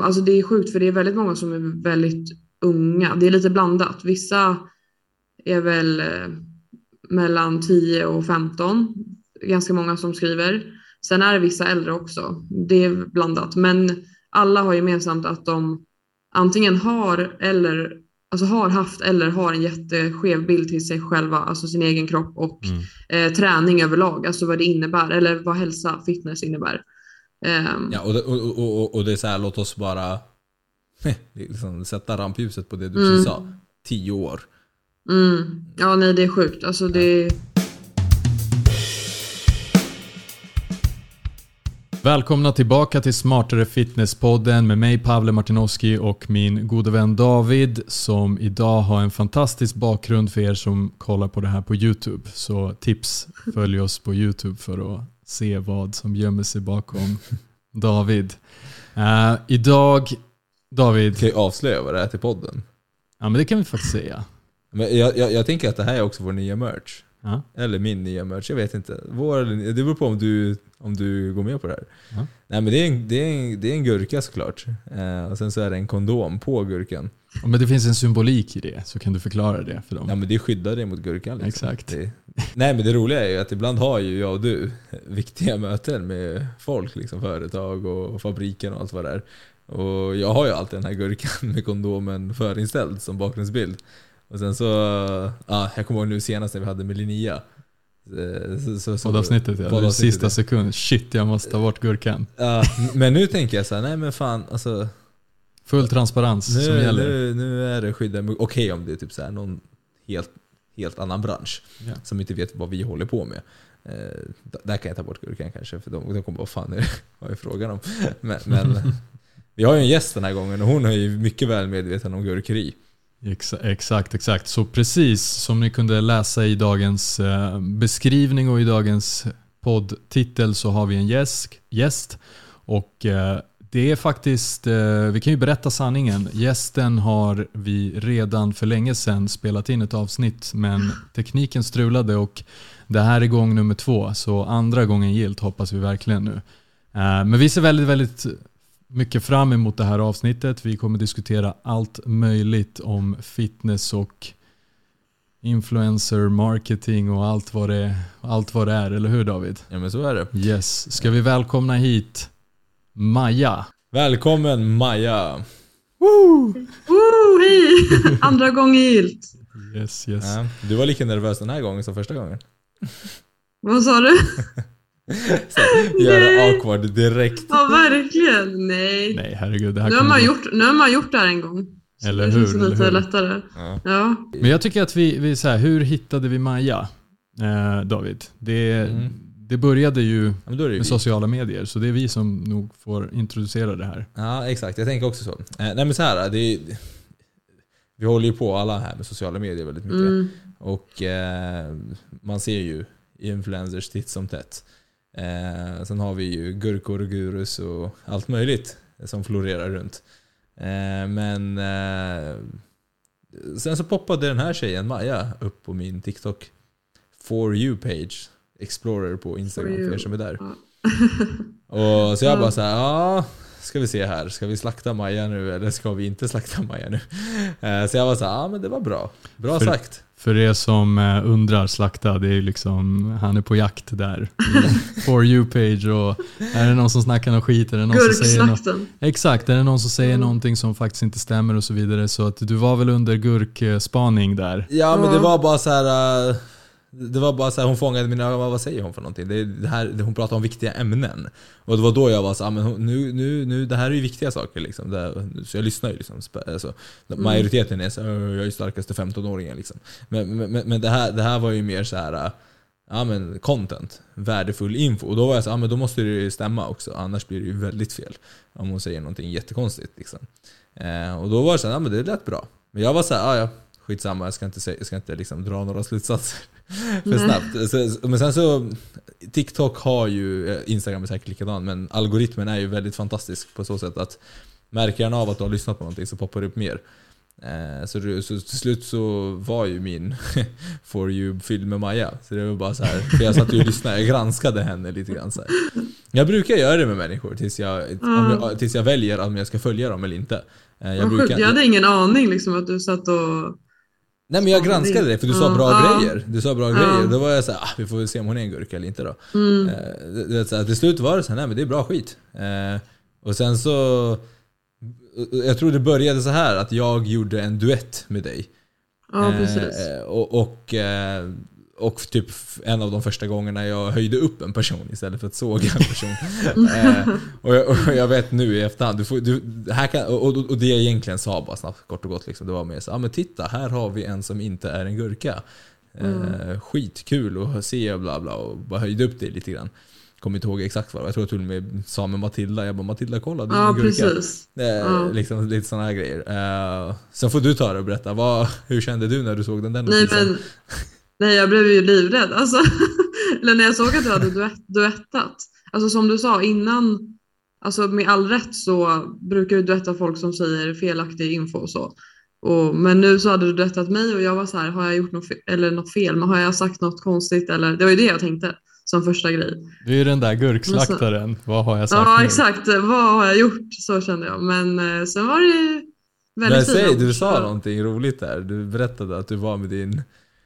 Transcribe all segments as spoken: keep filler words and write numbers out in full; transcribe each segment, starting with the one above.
alltså det är sjukt för det är väldigt många som är väldigt unga. Det är lite blandat. Vissa är väl eh, mellan tio och femton. Ganska många som skriver. Sen är det vissa äldre också. Det är blandat. Men alla har gemensamt att de antingen har eller alltså har haft eller har en jätteskev bild till sig själva, alltså sin egen kropp och mm. eh, träning överlag, alltså vad det innebär eller vad hälsa, fitness innebär. Um, ja, och det, och, och, och det är så här, låt oss bara liksom, sätta rampljuset på det du mm. sa. Tio år. Mm. Ja, nej, det är sjukt. Alltså det är... Välkomna tillbaka till Smartare Fitness-podden med mig Pavle Martinoski och min gode vän David som idag har en fantastisk bakgrund för er som kollar på det här på YouTube. Så tips, följ oss på YouTube för att se vad som gömmer sig bakom David. Uh, idag, David... Kan jag avslöja vad det är till podden? Ja, men det kan vi faktiskt säga. Men jag, jag, jag tänker att det här är också vår nya merch. Ja. Eller min nya merch, jag vet inte. Vår, det beror på om du, om du går med på det här. Ja. Nej, men det är en, det är en, det är en gurka såklart. Eh, och sen så är det en kondom på gurkan. Ja, men det finns en symbolik i det, så kan du förklara det för dem. Ja, men det skyddar dig mot gurkan. Liksom. Exakt. Det, nej, men det roliga är ju att ibland har ju jag och du viktiga möten med folk, liksom företag och fabriken och allt vad det är. Och jag har ju alltid den här gurkan med kondomen förinställd som bakgrundsbild. Och sen så, ja, jag kommer ihåg nu senast när vi hade med Linnea. Poddavsnittet, ja. Poddavsnittet, sista sekund. Shit, jag måste ta bort gurkan. Ja, men nu tänker jag så här, nej men fan, alltså... Full transparens nu, som gäller. Nu, nu är det skydda, okej okay, om det är typ så här någon helt, helt annan bransch ja. Som inte vet vad vi håller på med. Eh, där kan jag ta bort gurkan kanske, för de, de kommer bara, fan, vad är frågan om? Men, men vi har ju en gäst den här gången och hon är ju mycket väl medveten om gurkeri. Exakt, exakt. Så precis som ni kunde läsa i dagens eh, beskrivning och i dagens poddtitel så har vi en gäst. gäst och eh, det är faktiskt, eh, vi kan ju berätta sanningen. Gästen har vi redan för länge sedan spelat in ett avsnitt, men tekniken strulade och det här är gång nummer två. Så andra gången gilt hoppas vi verkligen nu. Eh, men vi ser väldigt, väldigt... mycket fram emot det här avsnittet. Vi kommer diskutera allt möjligt om fitness och influencer marketing och allt vad det, allt vad det är, eller hur David? Ja, men så är det. Yes. Ska vi välkomna hit Maja? Välkommen Maja. Woo! Woo, hej! Andra gången gilt. Yes, yes. Ja, du var lika nervös den här gången som första gången. Vad sa du? Göra awkward direkt. Ja, verkligen. Nej. Nej, herregud. Det här nu, har man gjort, nu har man gjort det här en gång. Eller det hur? Det lite hur? lättare. Ja. Ja. Men jag tycker att vi, vi så här, hur hittade vi Maja, eh, David? Det, mm. det började ju ja, det med vi. sociala medier, så det är vi som nog får introducera det här. Ja, exakt. Jag tänker också så. Eh, nej, men så här, det är, vi håller ju på alla här med sociala medier väldigt mycket. Mm. Och eh, man ser ju influencers titt som tätt. Eh, sen har vi ju gurkor och gurus och allt möjligt som florerar runt. Eh, men eh, sen så poppade den här tjejen Maja upp på min TikTok For You-page Explorer på Instagram för er som är där. Och så jag bara så här, ja, ska vi se här, ska vi slakta Maja nu eller ska vi inte slakta Maja nu? Eh, så jag var så här, ja men det var bra. Bra för, sagt. För er som undrar, slakta, det är liksom, han är på jakt där. For You-page, och är det någon som snackar någon skit? Är det någon som säger no- Exakt, är det någon som säger mm. någonting som faktiskt inte stämmer och så vidare. Så att du var väl under gurkspaning där? Ja, men det var bara så här... Uh... Det var bara så här, hon fångade mina ögon, vad säger hon för någonting? Det, det här, hon pratade om viktiga ämnen. Och det var då jag var så här, men hon, nu, nu, nu, det här är ju viktiga saker liksom. Det, så jag lyssnar ju liksom. Alltså, mm. Majoriteten är så här, jag är starkaste femtonåringen liksom. Men, men, men det, här, det här var ju mer så här, ja men content, värdefull info. Och då var jag så här, ja men då måste det ju stämma också. Annars blir det ju väldigt fel om hon säger någonting jättekonstigt liksom. Eh, och då var det så här, ja men det lät bra. Men jag var så här, ja ja. Skitsamma, jag ska inte, säga, jag ska inte liksom dra några slutsatser för snabbt. Så, men sen så, TikTok har ju, Instagram är säkert likadan, men algoritmen är ju väldigt fantastisk på så sätt att märker den av att du har lyssnat på någonting så poppar det upp mer. Eh, så, så till slut så var ju min For You-film med Maja. Så det var bara så här, för jag satt ju och lyssnade, jag granskade henne lite grann så här. Jag brukar göra det med människor tills jag, Mm. om jag, tills jag väljer om jag ska följa dem eller inte. Eh, Jag, Vad brukar, sjukt. Jag hade ingen aning liksom att du satt och... nej men jag granskade det för du sa Ja, bra ja. grejer. Du sa bra Ja. grejer. Då var jag så här, ah, vi får väl se om hon är en gurka eller inte då. Mm. Eh, det, det, så här, till slut var det så här, nej men det är bra skit. Eh, och sen så jag tror det började så här att jag gjorde en duett med dig. Ja, precis. Eh, och, och, eh, och typ en av de första gångerna jag höjde upp en person istället för att såga en person. eh, och, jag, och jag vet nu i efterhand, du får, du, här kan, och, och det jag egentligen sa bara snabbt, kort och gott, liksom, det var mer så, ja ah, men titta, här har vi en som inte är en gurka. Eh, Mm. Skitkul att se och bla bla, och bara höjde upp det lite grann. Kommer inte ihåg exakt vad det var. Jag tror till och med sa med Matilda, jag bara Matilda kolla, du är Ja, en gurka. precis. Eh, Ja. liksom lite såna här grejer. Eh, sen får du ta det och berätta, vad, hur kände du när du såg den där Nej, notisen? men, nej, jag blev ju livrädd. Alltså, eller när jag såg att du hade duett, duettat. Alltså som du sa innan, alltså med all rätt så brukar du duetta folk som säger felaktig info och så. Och, men nu så hade du duettat mig och jag var så här, har jag gjort något fel, eller något fel? Men har jag sagt något konstigt? Eller, det var ju det jag tänkte som första grej. Du är ju den där gurkslaktaren. Vad har jag sagt Ja, nu? exakt. Vad har jag gjort? Så kände jag. Men eh, sen var det ju väldigt Men säg, fina du ord. sa någonting roligt där. Du berättade att du var med din...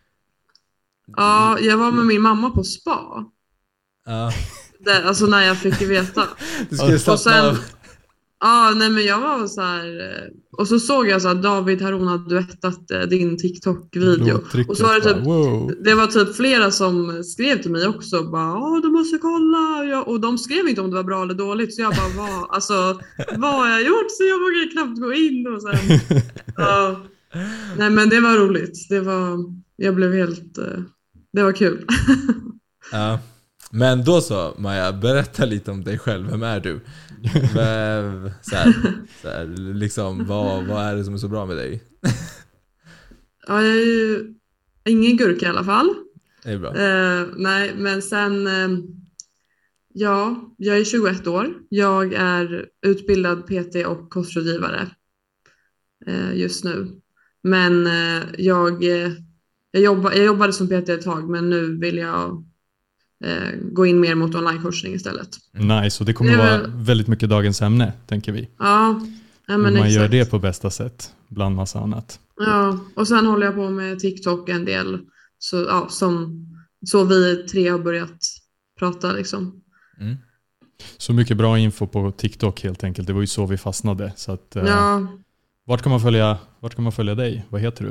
Ja, jag var med min mamma på spa. Ja, Där, alltså när jag fick veta. du skulle Och slappna sen, av. ja, nej men jag var så här, eh, och så såg jag så att David Haron hade duettat eh, din TikTok-video. Blodtrycket Och så var det typ, bara, wow. det var typ flera som skrev till mig också, bara, ja du måste kolla. Och jag, och de skrev inte om det var bra eller dåligt, så jag bara, vad, alltså, vad har jag gjort? Så jag vågade knappt gå in och sen, ja. Nej men det var roligt. Det var, jag blev helt, eh, det var kul. Ja. Men då så, Maja, berätta lite om dig själv. Vem är du? Vem, så här, så här, liksom, vad, vad är det som är så bra med dig? Ja, jag är ju ingen gurka i alla fall. Det är bra. Eh, nej, men sen, eh, ja, jag är tjugoett år. Jag är utbildad P T och kostrådgivare eh, just nu. Men eh, jag, eh, jag, jobba, jag jobbade som P T ett tag, men nu vill jag eh, gå in mer mot online-coachning istället. Nice, och det kommer Det är vara väl- väldigt mycket dagens ämne, tänker vi. Ja, ja men Hur man exakt. gör det på bästa sätt, bland massa annat. Ja, och sen håller jag på med TikTok en del. Så, ja, som, så vi tre har börjat prata liksom. Mm. Så mycket bra info på TikTok helt enkelt. Det var ju så vi fastnade. Så att, eh, Ja, vart, kan man följa, vart kan man följa dig? Vad heter du?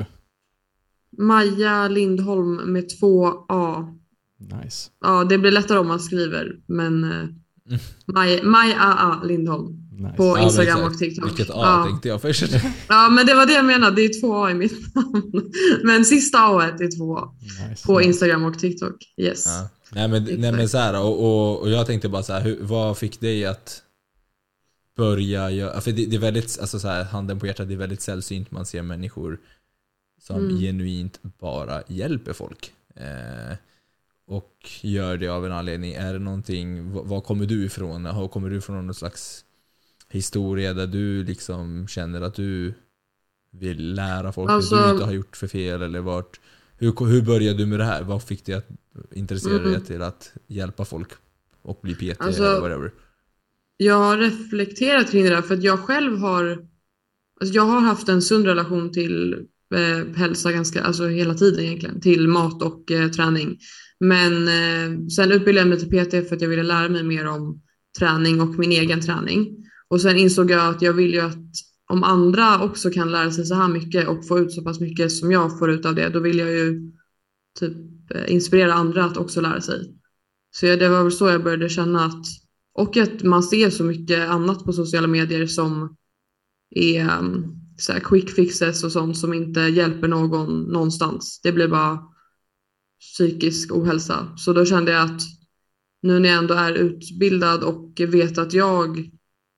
Maja Lindholm med två A. Nice. Ja, det blir lättare om man skriver, men eh, Maj, Maja A. Lindholm nice. på Ja, men Instagram exakt. och TikTok. Vilket A ja. tänkte jag först. ja, men det var det jag menade. Det är två A i mitt namn. Men sista A är två A nice. på nice. Instagram och TikTok. Yes. Ja. Nej men, nej, men så här, och, och, och jag tänkte bara så här, hur, vad fick dig att börja göra, för det, det är väldigt, alltså så här, handen på hjärtat, det är väldigt sällsynt man ser människor som Mm. genuint bara hjälper folk eh, och gör det av en anledning. Är det någonting, vad, vad kommer du ifrån? Har- Kommer du från någon slags historia där du liksom känner att du vill lära folk Alltså- vad du inte har gjort för fel, eller vart, hur, hur började du med det här? Vad fick dig att intressera Mm. dig till att hjälpa folk och bli P T Alltså- eller whatever? Jag har reflekterat kring det där för att jag själv har, alltså jag har haft en sund relation till eh, hälsa ganska, alltså hela tiden egentligen, till mat och eh, träning. Men eh, sen utbildade jag mig till P T för att jag ville lära mig mer om träning och min egen träning. Och sen insåg jag att jag vill ju att om andra också kan lära sig så här mycket och få ut så pass mycket som jag får ut av det, då vill jag ju typ eh, inspirera andra att också lära sig. Så jag, det var väl så jag började känna att, och att man ser så mycket annat på sociala medier som är um, så här quick fixes och sånt som inte hjälper någon någonstans. Det blir bara psykisk ohälsa. Så då kände jag att nu när jag ändå är utbildad och vet att jag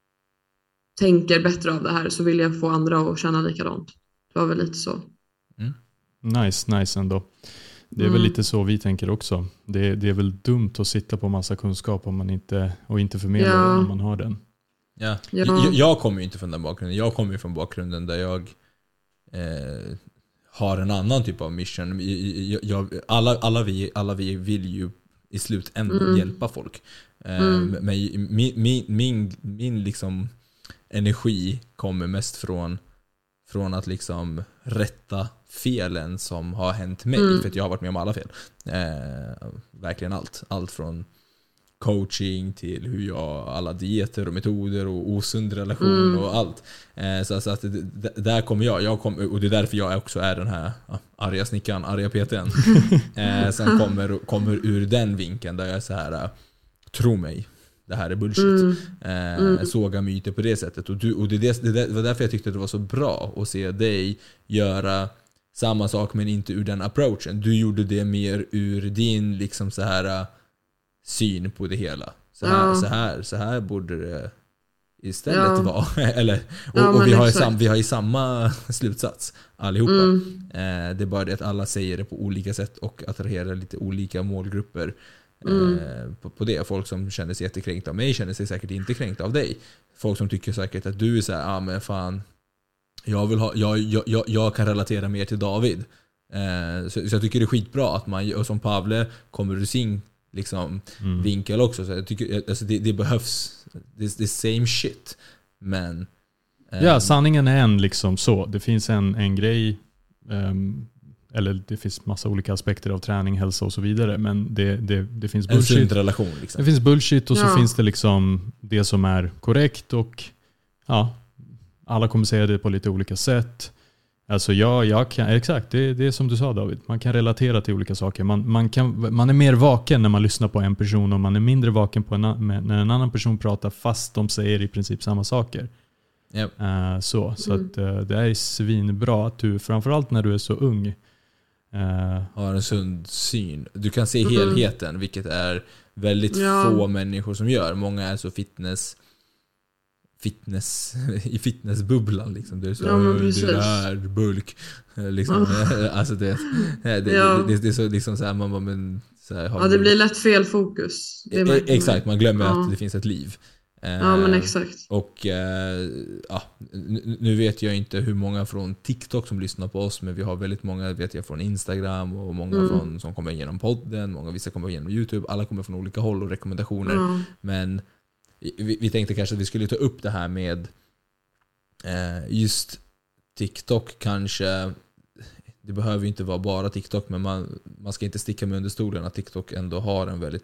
tänker bättre av det här, så vill jag få andra att känna likadant. Det var väl lite så. Nice, nice ändå. Det är Mm. väl lite så vi tänker också. Det, det är väl dumt att sitta på massa kunskap om man inte, och inte förmedla Ja. den om man har den. Ja. Ja. Jag, jag kommer ju inte från den bakgrunden. Jag kommer ju från bakgrunden där jag eh, har en annan typ av mission. Jag, jag, alla, alla, vi, alla vi vill ju i slutändan Mm. hjälpa folk. Eh, Mm. Men min, min, min, min liksom energi kommer mest från från att liksom rätta felen som har hänt mig, Mm. för att jag har varit med om alla fel. Eh, verkligen allt. Allt från coaching till hur jag, alla dieter och metoder och osund relation Mm. och allt. Eh, så, så att det, d- där kommer jag, jag kom, och det är därför jag också är den här ja, arga snickaren, arga P T:n. eh, som kommer, kommer ur den vinkeln där jag är så här: äh, tro mig, det här är bullshit. Mm. Eh, Mm. Såga myter på det sättet. Och, du, och det, det, det var därför jag tyckte det var så bra att se dig göra samma sak, men inte ur den approachen. Du gjorde det mer ur din liksom så här syn på det hela. Så här, Ja. så här, så här borde det istället Ja. vara. Eller, och, Ja, och men vi, har ju exakt. sam, vi har ju samma slutsats allihopa. Mm. Eh, det är bara det att alla säger det på olika sätt och attraherar lite olika målgrupper. Mm. Eh, på, på det. Folk som känner sig jättekränkt av mig känner sig säkert inte kränkt av dig. Folk som tycker säkert att du är så här: ah, men fan, jag, vill ha, jag, jag, jag, jag kan relatera mer till David. Eh, så, så jag tycker det är skitbra att man, och som Pavle kommer ur sin liksom, Mm. vinkel också. Så jag tycker, alltså det, det behövs, det är same shit. Men eh, Ja, sanningen är en liksom så. Det finns en, en grej, ehm, eller det finns massa olika aspekter av träning, hälsa och så vidare. Men det, det, det finns en sund bullshit. relation liksom. Det finns bullshit och så Ja. finns det liksom det som är korrekt, och ja, alla kommer säga det på lite olika sätt. Alltså jag, jag kan, exakt, det, det är som du sa David. Man kan relatera till olika saker. Man, man, kan, man är mer vaken när man lyssnar på en person, och man är mindre vaken på en, när en annan person pratar fast de säger i princip samma saker. Yep. Uh, så så Mm. att, uh, det är svinbra att du, framförallt när du är så ung, uh, Har en sund syn. Du kan se Mm. helheten, vilket är väldigt Ja. få människor som gör. Många är så fitness fitness i fitnessbubblan liksom. Det är så, Ja, men det precis. är bulk liksom. Alltså det, det, det, Ja. det, det är så liksom så här, man bara, men så här, har Ja, det du- blir lätt fel fokus. Det märker man. Exakt, man glömmer Ja. att det finns ett liv. Ja, men Eh, exakt. Och eh, ja, nu nu vet jag inte hur många från TikTok som lyssnar på oss, men vi har väldigt många, vet jag, från Instagram och många Mm. från, som kommer genom podden, många vissa kommer genom YouTube, alla kommer från olika håll och rekommendationer. Ja. Men vi, vi tänkte kanske att vi skulle ta upp det här med eh, just TikTok kanske. Det behöver ju inte vara bara TikTok, men man, man ska inte sticka med under stolen att TikTok ändå har en väldigt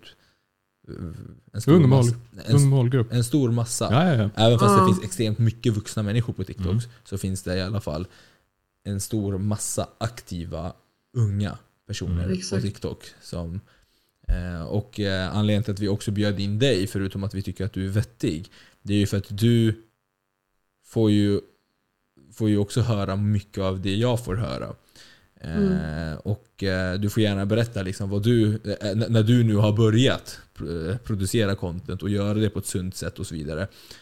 en stor, Ung mål- massa, en, ung målgrupp. en stor massa. Ja, ja, ja. Även fast Ja. det finns extremt mycket vuxna människor på TikTok, Mm. så finns det i alla fall en stor massa aktiva unga personer Mm. på Exakt. TikTok som, eh, och eh, anledningen till att vi också bjöd in dig, förutom att vi tycker att du är vettig, det är ju för att du får ju får ju också höra mycket av det jag får höra. Eh, Mm. och eh, du får gärna berätta liksom vad du, eh, n- när du nu har börjat pr- producera content och göra det på ett sunt sätt och så vidare.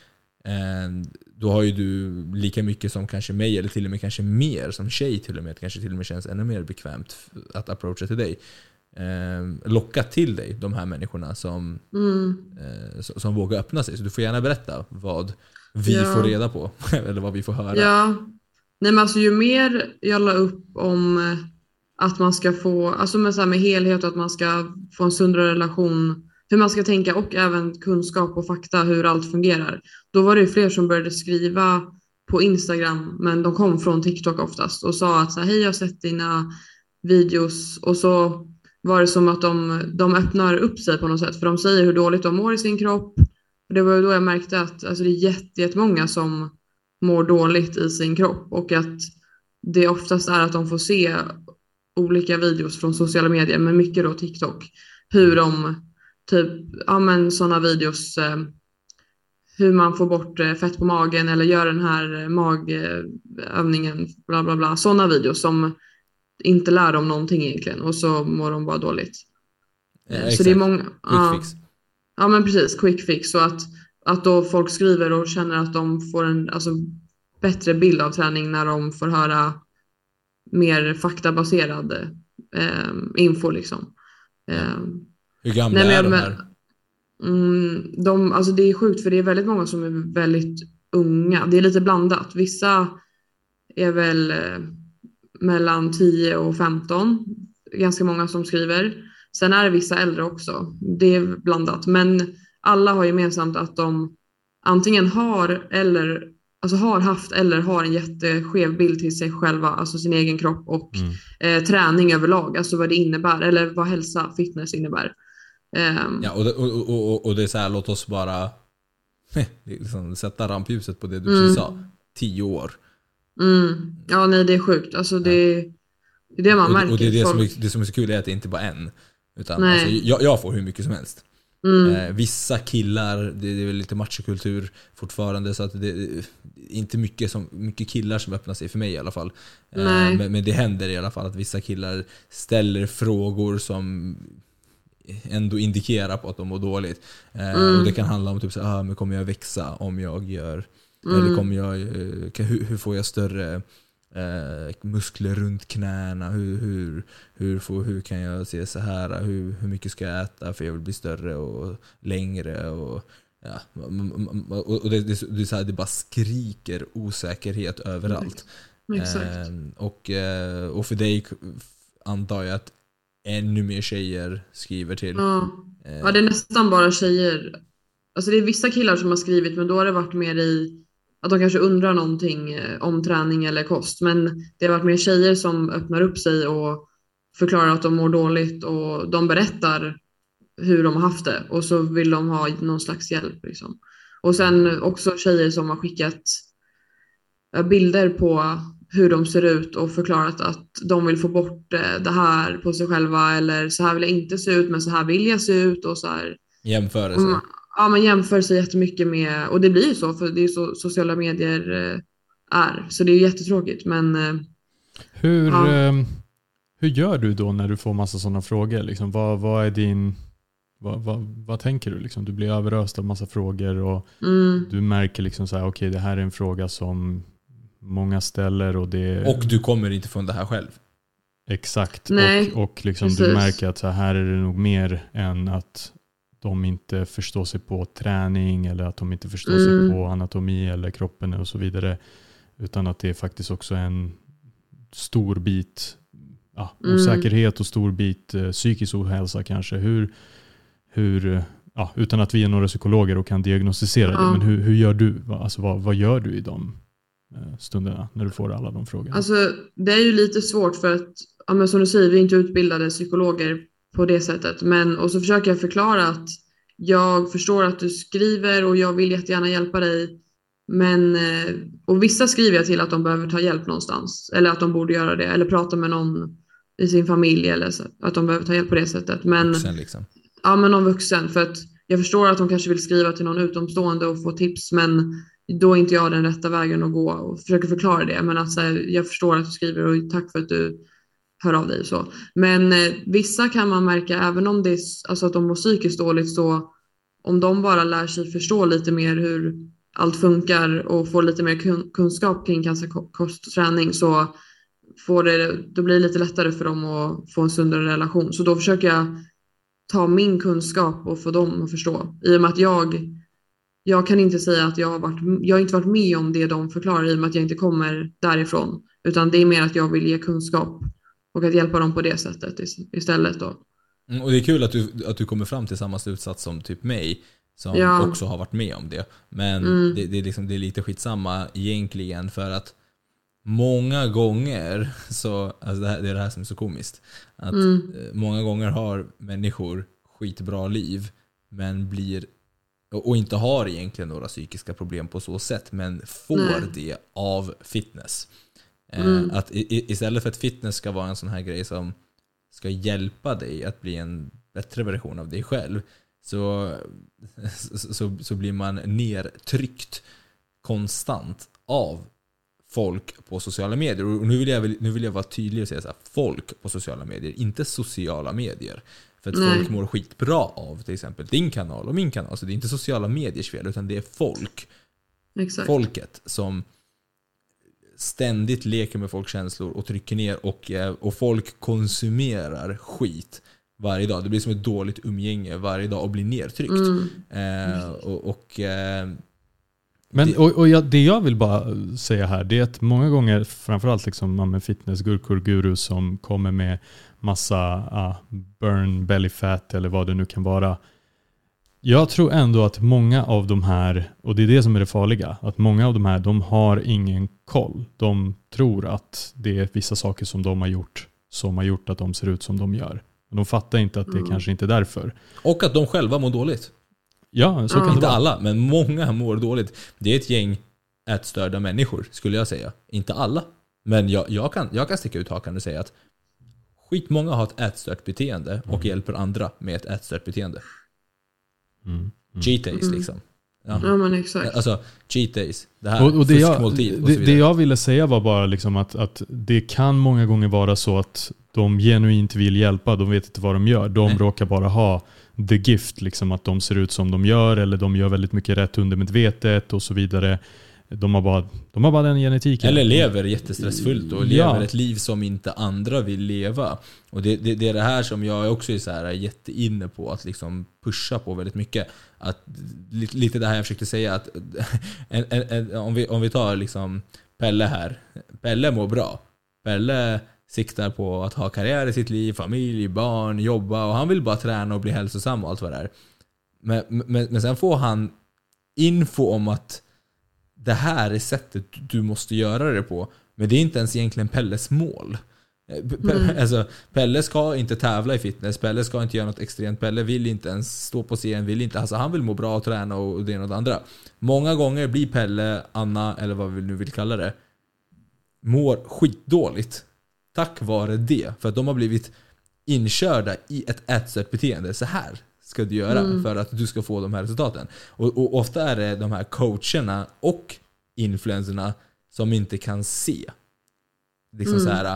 Eh, då har ju du lika mycket som kanske mig, eller till och med kanske mer som tjej till och med, kanske till och med känns ännu mer bekvämt f- att approacha till dig. Eh, locka till dig de här människorna som, Mm. eh, som, som vågar öppna sig. Så du får gärna berätta vad vi Ja. får reda på eller vad vi får höra. Ja, nej men alltså ju mer jag la upp om eh, att man ska få, alltså med, så här, med helhet och att man ska få en sundare relation, hur man ska tänka och även kunskap och fakta hur allt fungerar. Då var det ju fler som började skriva på Instagram, men de kom från TikTok oftast och sa att så här, hej jag har sett dina videos, och så var det som att de, de öppnar upp sig på något sätt, för de säger hur dåligt de mår i sin kropp. Och det var ju då jag märkte att alltså, det är jätte, jättemånga som mår dåligt i sin kropp, och att det oftast är att de får se olika videos från sociala medier, men mycket då TikTok, hur de typ, ja men sådana videos eh, hur man får bort eh, fett på magen eller gör den här eh, magövningen, bla bla bla, sådana videos som inte lär dem någonting egentligen, och så mår de bara dåligt. Eh, så exakt. det är många, Quick ja, fix. ja men precis, quick fix, så att, att då folk skriver och känner att de får en alltså, bättre bild av träning när de får höra mer faktabaserad eh, info liksom. Eh, Hur gamla nej, men är jag de men- här? mm, de, alltså det är sjukt, för det är väldigt många som är väldigt unga. Det är lite blandat. Vissa är väl eh, mellan tio och femton. Ganska många som skriver. Sen är det vissa äldre också. Det är blandat. Men alla har gemensamt att de antingen har eller alltså har haft eller har en jätteskev bild till sig själva, alltså sin egen kropp och Mm. eh, träning överlag, alltså vad det innebär eller vad hälsa, fitness innebär. Um, Ja, och det, och, och, och det är så här, låt oss bara liksom, sätta rampljuset på det du Mm. precis sa. Tio år. mm, ja, nej, det är sjukt. Alltså det, det är det man Och, märker. och det, är det, som Folk- är, det som är så kul är att det inte bara är en. Utan Nej. alltså, jag, jag får hur mycket som helst. mm, Eh, vissa killar, det, det är väl lite machokultur fortfarande, så att det är inte mycket, som, mycket killar som öppnar sig för mig i alla fall. Eh, Nej. men, men det händer i alla fall att vissa killar ställer frågor som ändå indikerar på att de mår dåligt. Eh, Mm. Och det kan handla om typ så här, ah, men kommer jag växa om jag gör, Mm. eller kommer jag, eh, kan, hur, hur får jag större eh, muskler runt knäna, hur, hur, hur, får, hur kan jag se så här, hur, hur mycket ska jag äta för jag vill bli större och längre och ja, och det, det, det, är så här, det bara skriker osäkerhet överallt. exakt. Eh, och, eh, och för dig antar jag att ännu mer tjejer skriver till. Ja. Eh, Ja, det är nästan bara tjejer. Alltså det är vissa killar som har skrivit, men då har det varit mer i att de kanske undrar någonting eh, om träning eller kost. Men det har varit mer tjejer som öppnar upp sig och förklarar att de mår dåligt och de berättar hur de har haft det och så vill de ha någon slags hjälp liksom. Och sen också tjejer som har skickat eh, bilder på hur de ser ut och förklarat att de vill få bort eh, det här på sig själva, eller så här vill jag inte se ut men så här vill jag se ut och så här. jämförelse. Mm, ja, man jämför sig jättemycket med, och det blir ju så för det är så sociala medier eh, är, så det är ju jättetråkigt, men eh, Hur, Ja. eh, hur gör du då när du får massa sådana frågor? Liksom, vad, vad är din... Vad, vad, vad tänker du? Liksom, du blir överöst av massa frågor och mm, du märker liksom så här, okej, det här är en fråga som många ställer och det... Och du kommer inte från det här själv. Exakt. Nej, och och liksom du precis. märker att så här är det nog mer än att de inte förstår sig på träning eller att de inte förstår sig Mm. på anatomi eller kroppen och så vidare. Utan att det är faktiskt också en stor bit ja, Mm. osäkerhet och stor bit eh, psykisk ohälsa kanske. Hur, hur, eh, ja, utan att vi är några psykologer och kan diagnostisera det. Ja. Men hur, hur gör du? Va- Alltså, vad, vad gör du i de eh, stunderna när du får alla de frågorna? alltså det är ju lite svårt för att, ja, men som du säger, vi är inte utbildade psykologer på det sättet, men och så försöker jag förklara att jag förstår att du skriver och jag vill jättegärna hjälpa dig, men eh, och vissa skriver jag till att de behöver ta hjälp någonstans eller att de borde göra det eller prata med någon i sin familj eller så, att de behöver ta hjälp på det sättet, men Vuxen, liksom. ja, men någon vuxen, för att jag förstår att de kanske vill skriva till någon utomstående och få tips, men då är inte jag den rätta vägen att gå och försöka förklara det, men att så här, jag förstår att du skriver och tack för att du hör av dig och så. Men eh, vissa kan man märka, även om det är alltså att de mår psykiskt dåligt, så om de bara lär sig förstå lite mer hur allt funkar och får lite mer kun- kunskap kring cancer, kost och träning, så får det, då blir det lite lättare för dem att få en sundare relation. Så då försöker jag ta min kunskap och få dem att förstå. I och med att jag, jag kan inte säga att jag har varit, jag har inte varit med om det de förklarar, i och med att jag inte kommer därifrån. Utan det är mer att jag vill ge kunskap och att hjälpa dem på det sättet istället då. Mm, och det är kul att du, att du kommer fram till samma slutsats som typ mig, som Ja. också har varit med om det. Men Mm. det, det, är liksom, det är lite skitsamma egentligen, för att många gånger så, alltså det, här, det är det här som är så komiskt, att Mm. eh, många gånger har människor skitbra liv men blir, och och inte har egentligen några psykiska problem på så sätt, men får Nej. det av fitness. Eh, Mm. Att i, istället för att fitness ska vara en sån här grej som ska hjälpa dig att bli en bättre version av dig själv, så, så, så blir man nedtryckt konstant av folk på sociala medier. Och nu vill jag, nu vill jag vara tydlig och säga så här: folk på sociala medier, inte sociala medier. För att Nej. folk mår skitbra av till exempel din kanal och min kanal. Så det är inte sociala mediers fel, utan det är folk. Exakt. Folket som ständigt leker med folks känslor och trycker ner, och, och folk konsumerar skit varje dag. Det blir som ett dåligt umgänge varje dag och blir nedtryckt. Mm. Eh, och, och, eh, Men, det- och, och jag, det jag vill bara säga här, det är att många gånger, framförallt liksom, ja, med fitnessgurkor, gurus som kommer med massa uh, burn belly fat eller vad det nu kan vara. Jag tror ändå att många av de här, och det är det som är det farliga, att många av de här, de har ingen koll. De tror att det är vissa saker som de har gjort som har gjort att de ser ut som de gör. Men de fattar inte att det mm. kanske inte är därför. Och att de själva mår dåligt. Ja, så mm. kan det inte vara. alla, men många mår dåligt. Det är ett gäng ätstörda människor, skulle jag säga. Inte alla. Men jag, jag, kan, jag kan sticka ut hakan och säga att skitmånga har ett ätstört beteende och mm. hjälper andra med ett ätstört beteende. Mm. Mm. Cheat days mm. liksom. Ja. ja men exakt. Alltså cheat days. Det här och, och det, jag, och det, det jag ville säga var bara liksom att, att det kan många gånger vara så att de genuint vill hjälpa. De vet inte vad de gör. De Nej. råkar bara ha the gift. Liksom, att de ser ut som de gör. Eller de gör väldigt mycket rätt undermedvetet och så vidare. De har bara, de har bara den genetiken. Eller lever jättestressfullt och lever ja. ett liv som inte andra vill leva. Och det, det, det är det här som jag också är så här jätteinne på att liksom pusha på väldigt mycket. Att, lite, lite det här jag försökte säga att en, en, en, om, vi, om vi tar liksom Pelle här. Pelle mår bra. Pelle siktar på att ha karriär i sitt liv, familj, barn, jobba och han vill bara träna och bli hälsosam och allt vad det är. Men, men, men sen får han info om att det här är sättet du måste göra det på. Men det är inte ens egentligen Pelles mål. P- mm. Alltså, Pelle ska inte tävla i fitness. Pelle ska inte göra något extremt. Pelle vill inte ens stå på scen. Vill inte, alltså, han vill må bra och träna och det ena och det andra. Många gånger blir Pelle, Anna eller vad vi nu vill kalla det, mår skitdåligt. Tack vare det. För att de har blivit inkörda i ett ätstört beteende. Så här ska du göra mm. för att du ska få de här resultaten. Och, och ofta är det de här coacherna och influencerna som inte kan se. Liksom mm. så här,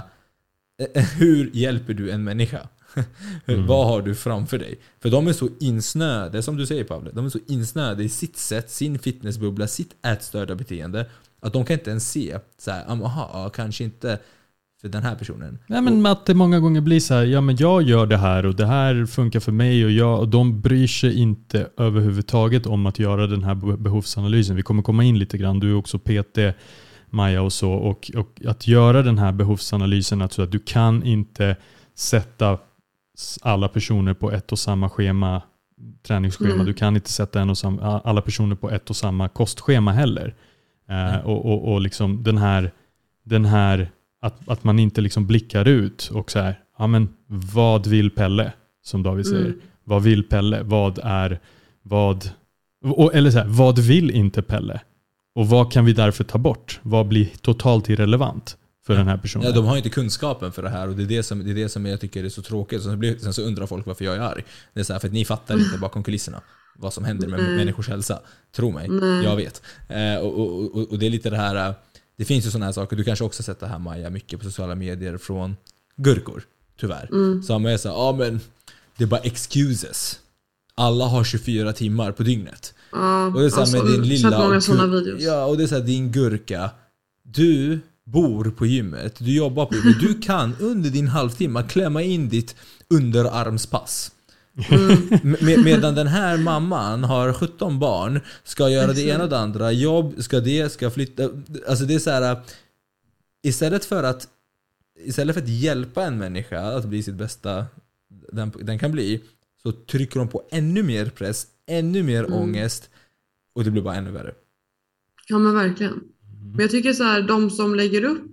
hur hjälper du en människa? Mm. Vad har du framför dig? För de är så insnöade, som du säger Pavle, de är så insnöade i sitt sätt, sin fitnessbubbla, sitt ätstörda beteende att de kan inte ens se så här, aha, kanske inte för den här personen. Nej, men att det många gånger blir så här, ja men jag gör det här och det här funkar för mig och jag, och de bryr sig inte överhuvudtaget om att göra den här behovsanalysen. Vi kommer komma in lite grann, du är också P T, Maja och så, och, och att göra den här behovsanalysen, alltså att du kan inte sätta alla personer på ett och samma schema, träningsschema, mm. du kan inte sätta en och samma, alla personer på ett och samma kostschema heller. Mm. Uh, och, och, och liksom den här den här Att, att man inte liksom blickar ut och så här, ja men vad vill Pelle, som David säger. Mm. Vad vill Pelle? Vad är, vad, och, eller så här, vad vill inte Pelle? Och vad kan vi därför ta bort? Vad blir totalt irrelevant för ja. den här personen? Ja, de har inte kunskapen för det här och det är det som, det är det som jag tycker är så tråkigt. Sen så, blir, sen så undrar folk varför jag är arg. Det är så här, för att ni fattar inte bakom kulisserna vad som händer med mm. människors hälsa. Tro mig, mm. jag vet. Eh, och, och, och, och det är lite det här... Det finns ju sådana här saker. Du kanske också sett det här, Maja, mycket på sociala medier från gurkor, tyvärr. Mm. Så man är så här, ja men det är bara excuses. Alla har tjugofyra timmar på dygnet. Ja, och det är så här, alltså, med din lilla många sådana videos. Ja, och det är så här, din gurka. Du bor på gymmet, du jobbar på gymmet. Du kan under din halvtimme klämma in ditt underarmspass. Mm. Med, medan den här mamman har sjutton barn, ska göra det ena och det andra, jobb, ska det, ska flytta. Alltså det är så här, istället för att istället för att hjälpa en människa att bli sitt bästa den, den kan bli, så trycker de på ännu mer press, ännu mer mm. ångest, och det blir bara ännu värre. Ja men verkligen. Men jag tycker så här, de som lägger upp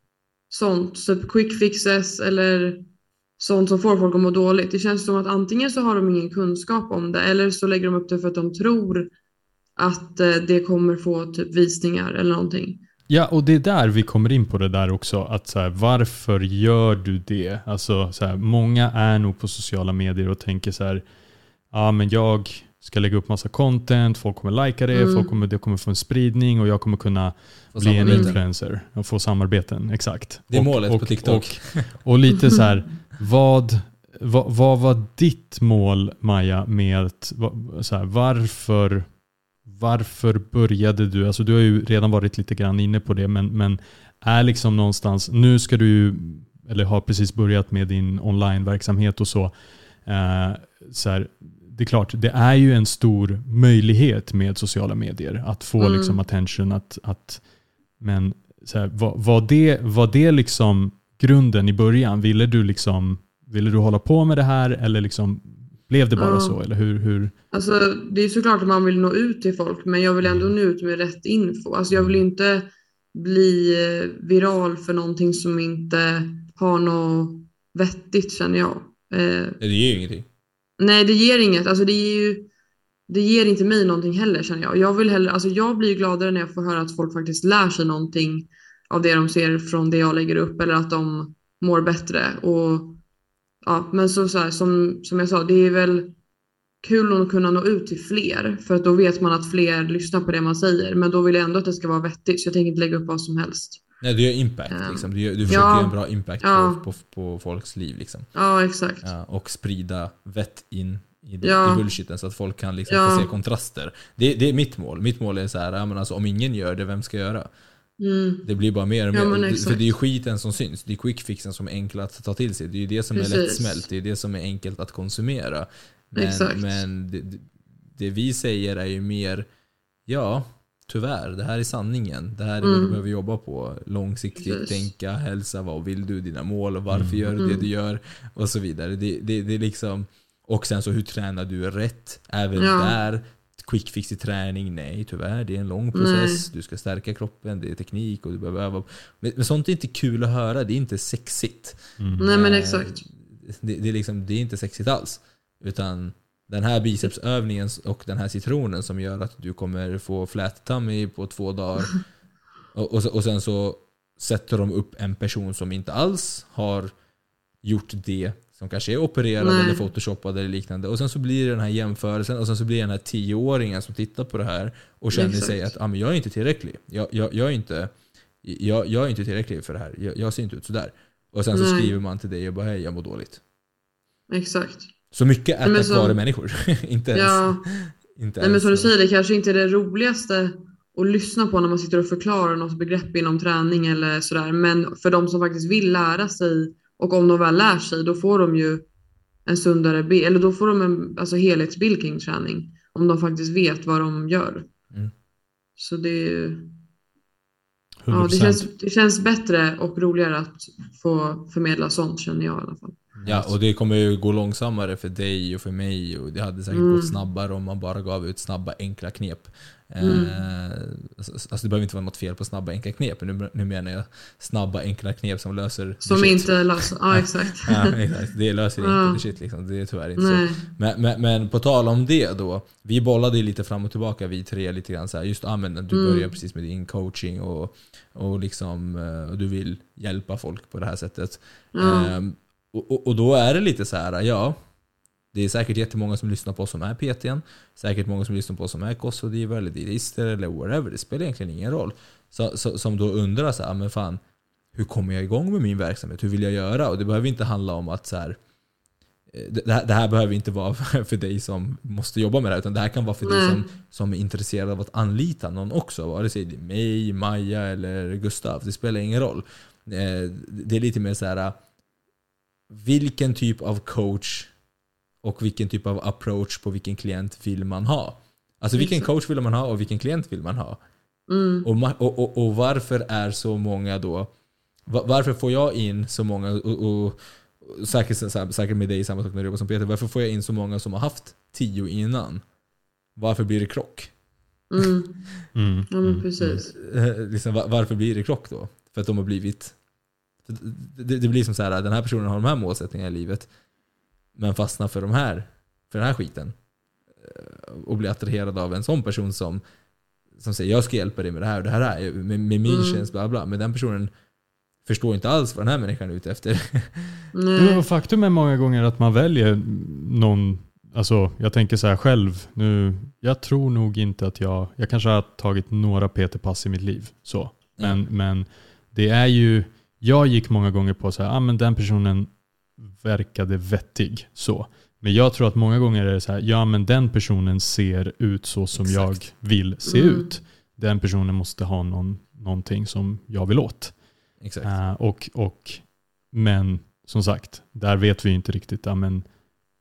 sånt, så quick fixes eller sånt som får folk att må dåligt. Det känns som att antingen så har de ingen kunskap om det, eller så lägger de upp det för att de tror att det kommer få typ visningar eller någonting. Ja, och det är där vi kommer in på det där också. Att så här, varför gör du det? Alltså så här, många är nog på sociala medier och tänker så här, ja men jag ska lägga upp massa content, folk kommer likea det, mm. folk kommer, det kommer få en spridning och jag kommer kunna få bli en influencer och få samarbeten, exakt. Det är och, målet och, på TikTok. Och, och, och lite så här, vad, vad, vad var ditt mål, Maja, med att, så här, varför varför började du, alltså du har ju redan varit lite grann inne på det, men, men är liksom någonstans, nu ska du, eller har precis börjat med din onlineverksamhet och så, eh, så här, det är klart, det är ju en stor möjlighet med sociala medier att få mm. liksom attention, att, att men så här, var, var, det, var det liksom grunden i början? Ville du liksom ville du hålla på med det här eller liksom blev det bara Ja. så? Eller hur, hur? Alltså det är såklart att man vill nå ut till folk, men jag vill ändå nå ut med rätt info. Alltså jag vill inte bli eh, viral för någonting som inte har något vettigt, känner jag. Eh, Det ger ju ingenting. nej, det ger inget. Alltså det ger ju det ger inte mig någonting heller, känner jag. Jag vill hellre, alltså jag blir gladare när jag får höra att folk faktiskt lär sig någonting av det de ser från det jag lägger upp, eller att de mår bättre. Och ja, men så, så här, som, som jag sa, det är väl kul att kunna nå ut till fler, för att då vet man att fler lyssnar på det man säger, men då vill jag ändå att det ska vara vettigt, så jag tänker inte lägga upp vad som helst. Nej, du gör impact Ja. liksom. Du, gör, du försöker Ja. göra en bra impact Ja. på, på, på folks liv liksom. Ja, exakt. Ja, och sprida vett in i, Ja. i bullshiten så att folk kan liksom Ja. få se kontraster. Det, det är mitt mål. Mitt mål är så här, ja, men alltså, om ingen gör det, vem ska göra? Mm. Det blir bara mer och mer. Ja, men Det- exakt. för det är ju skiten som syns. Det är quickfixen som är enkel att ta till sig. Det är ju det som Precis. är lättsmält. Det är det som är enkelt att konsumera. Men, Exakt. men det, det- det vi säger är ju mer, ja, tyvärr, det här är sanningen. Det här är vad Mm. du behöver jobba på. Långsiktigt Precis. tänka, hälsa, vad vill du, dina mål och varför Mm. gör du det Mm. du gör och så vidare. Det, det, det är liksom, och sen så hur tränar du rätt? Även Ja. där, quick fix i träning, nej tyvärr, det är en lång process. Du ska stärka kroppen, det är teknik och du behöver öva. Men, men sånt är inte kul att höra, det är inte sexigt. Mm. Nej, men Eh, exakt. Det, det, är liksom, det är inte sexigt alls. Utan den här bicepsövningen och den här citronen som gör att du kommer få flat tummy på två dagar. Och, och, och sen så sätter de upp en person som inte alls har gjort det, som kanske är opererad Nej. eller photoshoppad eller liknande. Och sen så blir det den här jämförelsen och sen så blir det den här tioåringen som tittar på det här och känner Exakt. sig att ah, men jag är inte tillräcklig. Jag, jag, jag, är inte, jag, jag är inte tillräcklig för det här. Jag, jag ser inte ut sådär. Och sen så Nej. skriver man till dig och bara hej, jag mår dåligt. Exakt. Så mycket är Men tack så- vare människor. inte ens, Ja. inte Nej, men ens som du säger, det kanske inte är det roligaste att lyssna på när man sitter och förklarar något begrepp inom träning eller sådär. Men för de som faktiskt vill lära sig, och om de väl lär sig, då får de ju en sundare bild, eller då får de en alltså, helhetsbild kring träning. Om de faktiskt vet vad de gör. Mm. Så det är ju... hundra Ja, det procent. känns, det känns bättre och roligare att få förmedla sånt, känner jag i alla fall. Ja, och det kommer ju gå långsammare för dig och för mig, och det hade säkert Mm. gått snabbare om man bara gav ut snabba enkla knep. Mm. Eh, alltså, alltså det behöver inte vara något fel på snabba enkla knep, men nu, nu menar jag snabba enkla knep som löser Som shit. inte löser... Ja, exakt. Ja, exakt. Det löser Ja. inte shit liksom. Det är tyvärr inte Nej. så. Men, men, men på tal om det då, vi bollade ju lite fram och tillbaka, vi tre lite grann så här, just ah, men du Mm. börjar precis med din coaching och, och liksom eh, och du vill hjälpa folk på det här sättet. Ja. Ehm, och, och, och då är det lite så här, ja, det är säkert jättemånga som lyssnar på oss som är P T N, säkert många som lyssnar på oss som är kostrådgivare eller dietister eller whatever, det spelar egentligen ingen roll. Så, så, som då undrar så här, men fan, hur kommer jag igång med min verksamhet? Hur vill jag göra? Och det behöver inte handla om att så här, det, här, det här behöver inte vara för dig som måste jobba med det här, utan det här kan vara för dig Nej. som, som är intresserad av att anlita någon också, vare sig det är mig, Maja eller Gustav, det spelar ingen roll. Eh, Det är lite mer så här, vilken typ av coach och vilken typ av approach på vilken klient vill man ha? Alltså vilken Exakt. coach vill man ha och vilken klient vill man ha? Mm. Och, ma- och, och, och varför är så många då, va- varför får jag in så många, och, och, och säkert, så- säkert med dig samma sak när du jobbar som Peter, varför får jag in så många som har haft tio innan? Varför blir det krock? Mm. Mm. Ja, men Mm. precis. Eh, liksom, va- varför blir det krock då? För att de har blivit, det, det blir som så här, den här personen har de här målsättningarna i livet, men fastnar för de här, för den här skiten, eh, och blir attraherad av en sån person som som säger jag ska hjälpa dig med det här och det här är, med, med min Mm. tjänst bla bla, men den personen förstår inte alls vad den här människan är ute efter. Nej. Men faktum är många gånger att man väljer någon, alltså jag tänker så här själv nu, jag tror nog inte att jag, jag kanske har tagit några P T-pass i mitt liv så, men, Ja. men det är ju, jag gick många gånger på så här, ah, men den personen verkade vettig så. Men jag tror att många gånger är det så här, ja men den personen ser ut så som Exakt. jag vill se Mm. ut. Den personen måste ha någon, någonting som jag vill åt. Exakt. Uh, och, och, men som sagt, där vet vi inte riktigt. Ja, men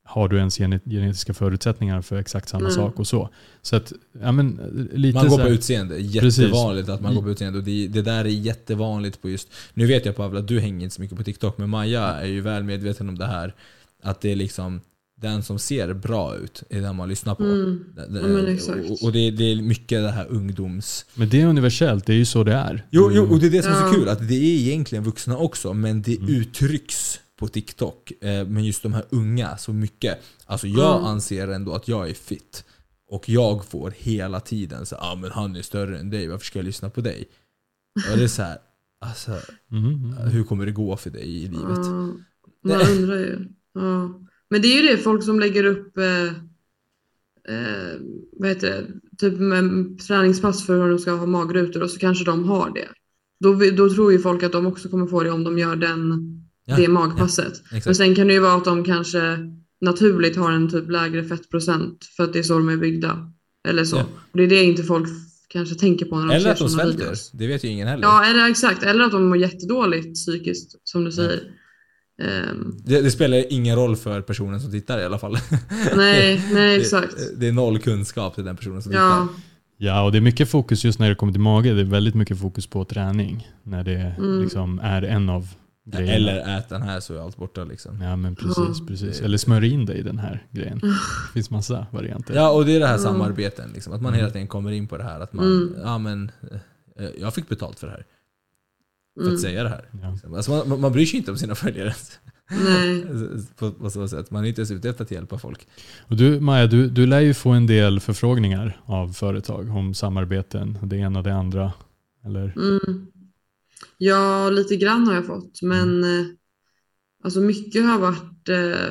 har du ens gene- genetiska förutsättningar för exakt samma Mm. sak och så. Så att, ja men lite Man går så på här, utseende, jättevanligt precis. Att man går på utseende och det, det där är jättevanligt på just, nu vet jag Pavla att du hänger inte så mycket på TikTok, men Maja är ju väl medveten om det här, att det är liksom den som ser bra ut är den man lyssnar på. Mm. Det, det, Ja, men exakt. och och det, det är mycket det här ungdoms... Men det är universellt, det är ju så det är. Jo, jo och det är det som är så Ja. kul, att det är egentligen vuxna också, men det Mm. uttrycks på TikTok. Eh, men just de här unga så mycket. Alltså jag Mm. anser ändå att jag är fit. Och jag får hela tiden så ah, men han är större än dig, varför ska jag lyssna på dig? Och det är så här, alltså, Mm, mm. hur kommer det gå för dig i livet? Ja, man undrar ju. Ja. Men det är ju det, folk som lägger upp eh, eh, vad heter det, typ med träningspass för hur de ska ha magrutor och så kanske de har det. Då, då tror ju folk att de också kommer få det om de gör den, Ja, det magpasset. ja, exakt. Men sen kan det ju vara att de kanske naturligt har en typ lägre fettprocent för att det är så de är byggda. Eller så. Ja. Och det är det inte folk kanske tänker på när de Eller ser att de sådana svälter, videos. det vet ju ingen heller. Ja, eller exakt. Eller att de mår jättedåligt psykiskt, som du säger. Ehm, Det, det spelar ingen roll för personen som tittar i alla fall. nej, nej, exakt. Det, det är noll kunskap till den personen som Ja, tittar. Ja, och det är mycket fokus just när det kommer till mage. Det är väldigt mycket fokus på träning. När det Mm. liksom är en av grejerna. Eller ät den här så är allt borta liksom. Ja, men precis, Ja. precis. Eller smörj in dig i den här grejen. Det finns massa varianter. Ja, och det är det här Mm. samarbeten liksom, att man hela tiden kommer in på det här att man, Mm. ja men eh, jag fick betalt för det här, för mm, att säga det här. Ja. Alltså man, man bryr sig inte om sina följare nej. på, på så sätt. Man är inte ens ute efter att hjälpa folk. Och du, Maja, du, du lär ju få en del förfrågningar av företag om samarbeten, det ena och det andra. Eller? Mm. Ja, lite grann har jag fått, men eh, alltså mycket har varit eh,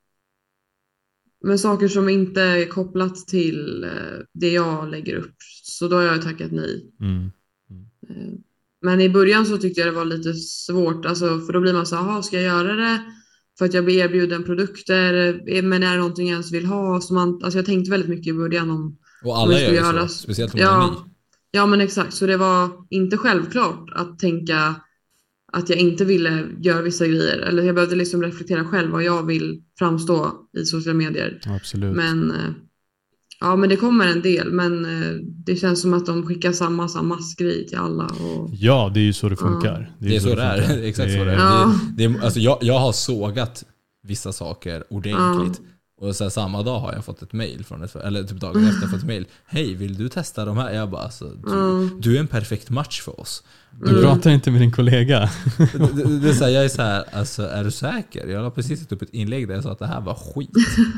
med saker som inte är kopplat till eh, det jag lägger upp. Så då har jag tackat nej. Mm. Eh, Men i början så tyckte jag det var lite svårt, alltså, för då blir man så här, ska jag göra det för att jag blir erbjuden produkter, Eh, men är det någonting jag ens vill ha? Så man, alltså jag tänkte väldigt mycket i början om Och om alla det gör skulle ju så, göras. speciellt om man är ny. Ja, ja, men exakt. Så det var inte självklart att tänka att jag inte ville göra vissa grejer. Eller jag behövde liksom reflektera själv vad jag vill framstå i sociala medier. Absolut. Men eh, ja, men det kommer en del. Men eh, det känns som att de skickar samma, samma massgrej till alla. Och... Ja, det är ju så det funkar. Det är så det är, funkar. exakt så det är. Ja. Det, det är alltså jag, jag har sågat vissa saker ordentligt. Och sen samma dag har jag fått ett mail från ett, eller typ dagen efter fått ett mail. Hej, vill du testa de här? Jag bara, alltså, du, Mm. du är en perfekt match för oss. Du Mm. pratar inte med din kollega. Det, det, det är så här, jag är så här, alltså, är du säker? Jag har precis satt upp ett inlägg där jag sa att det här var skit.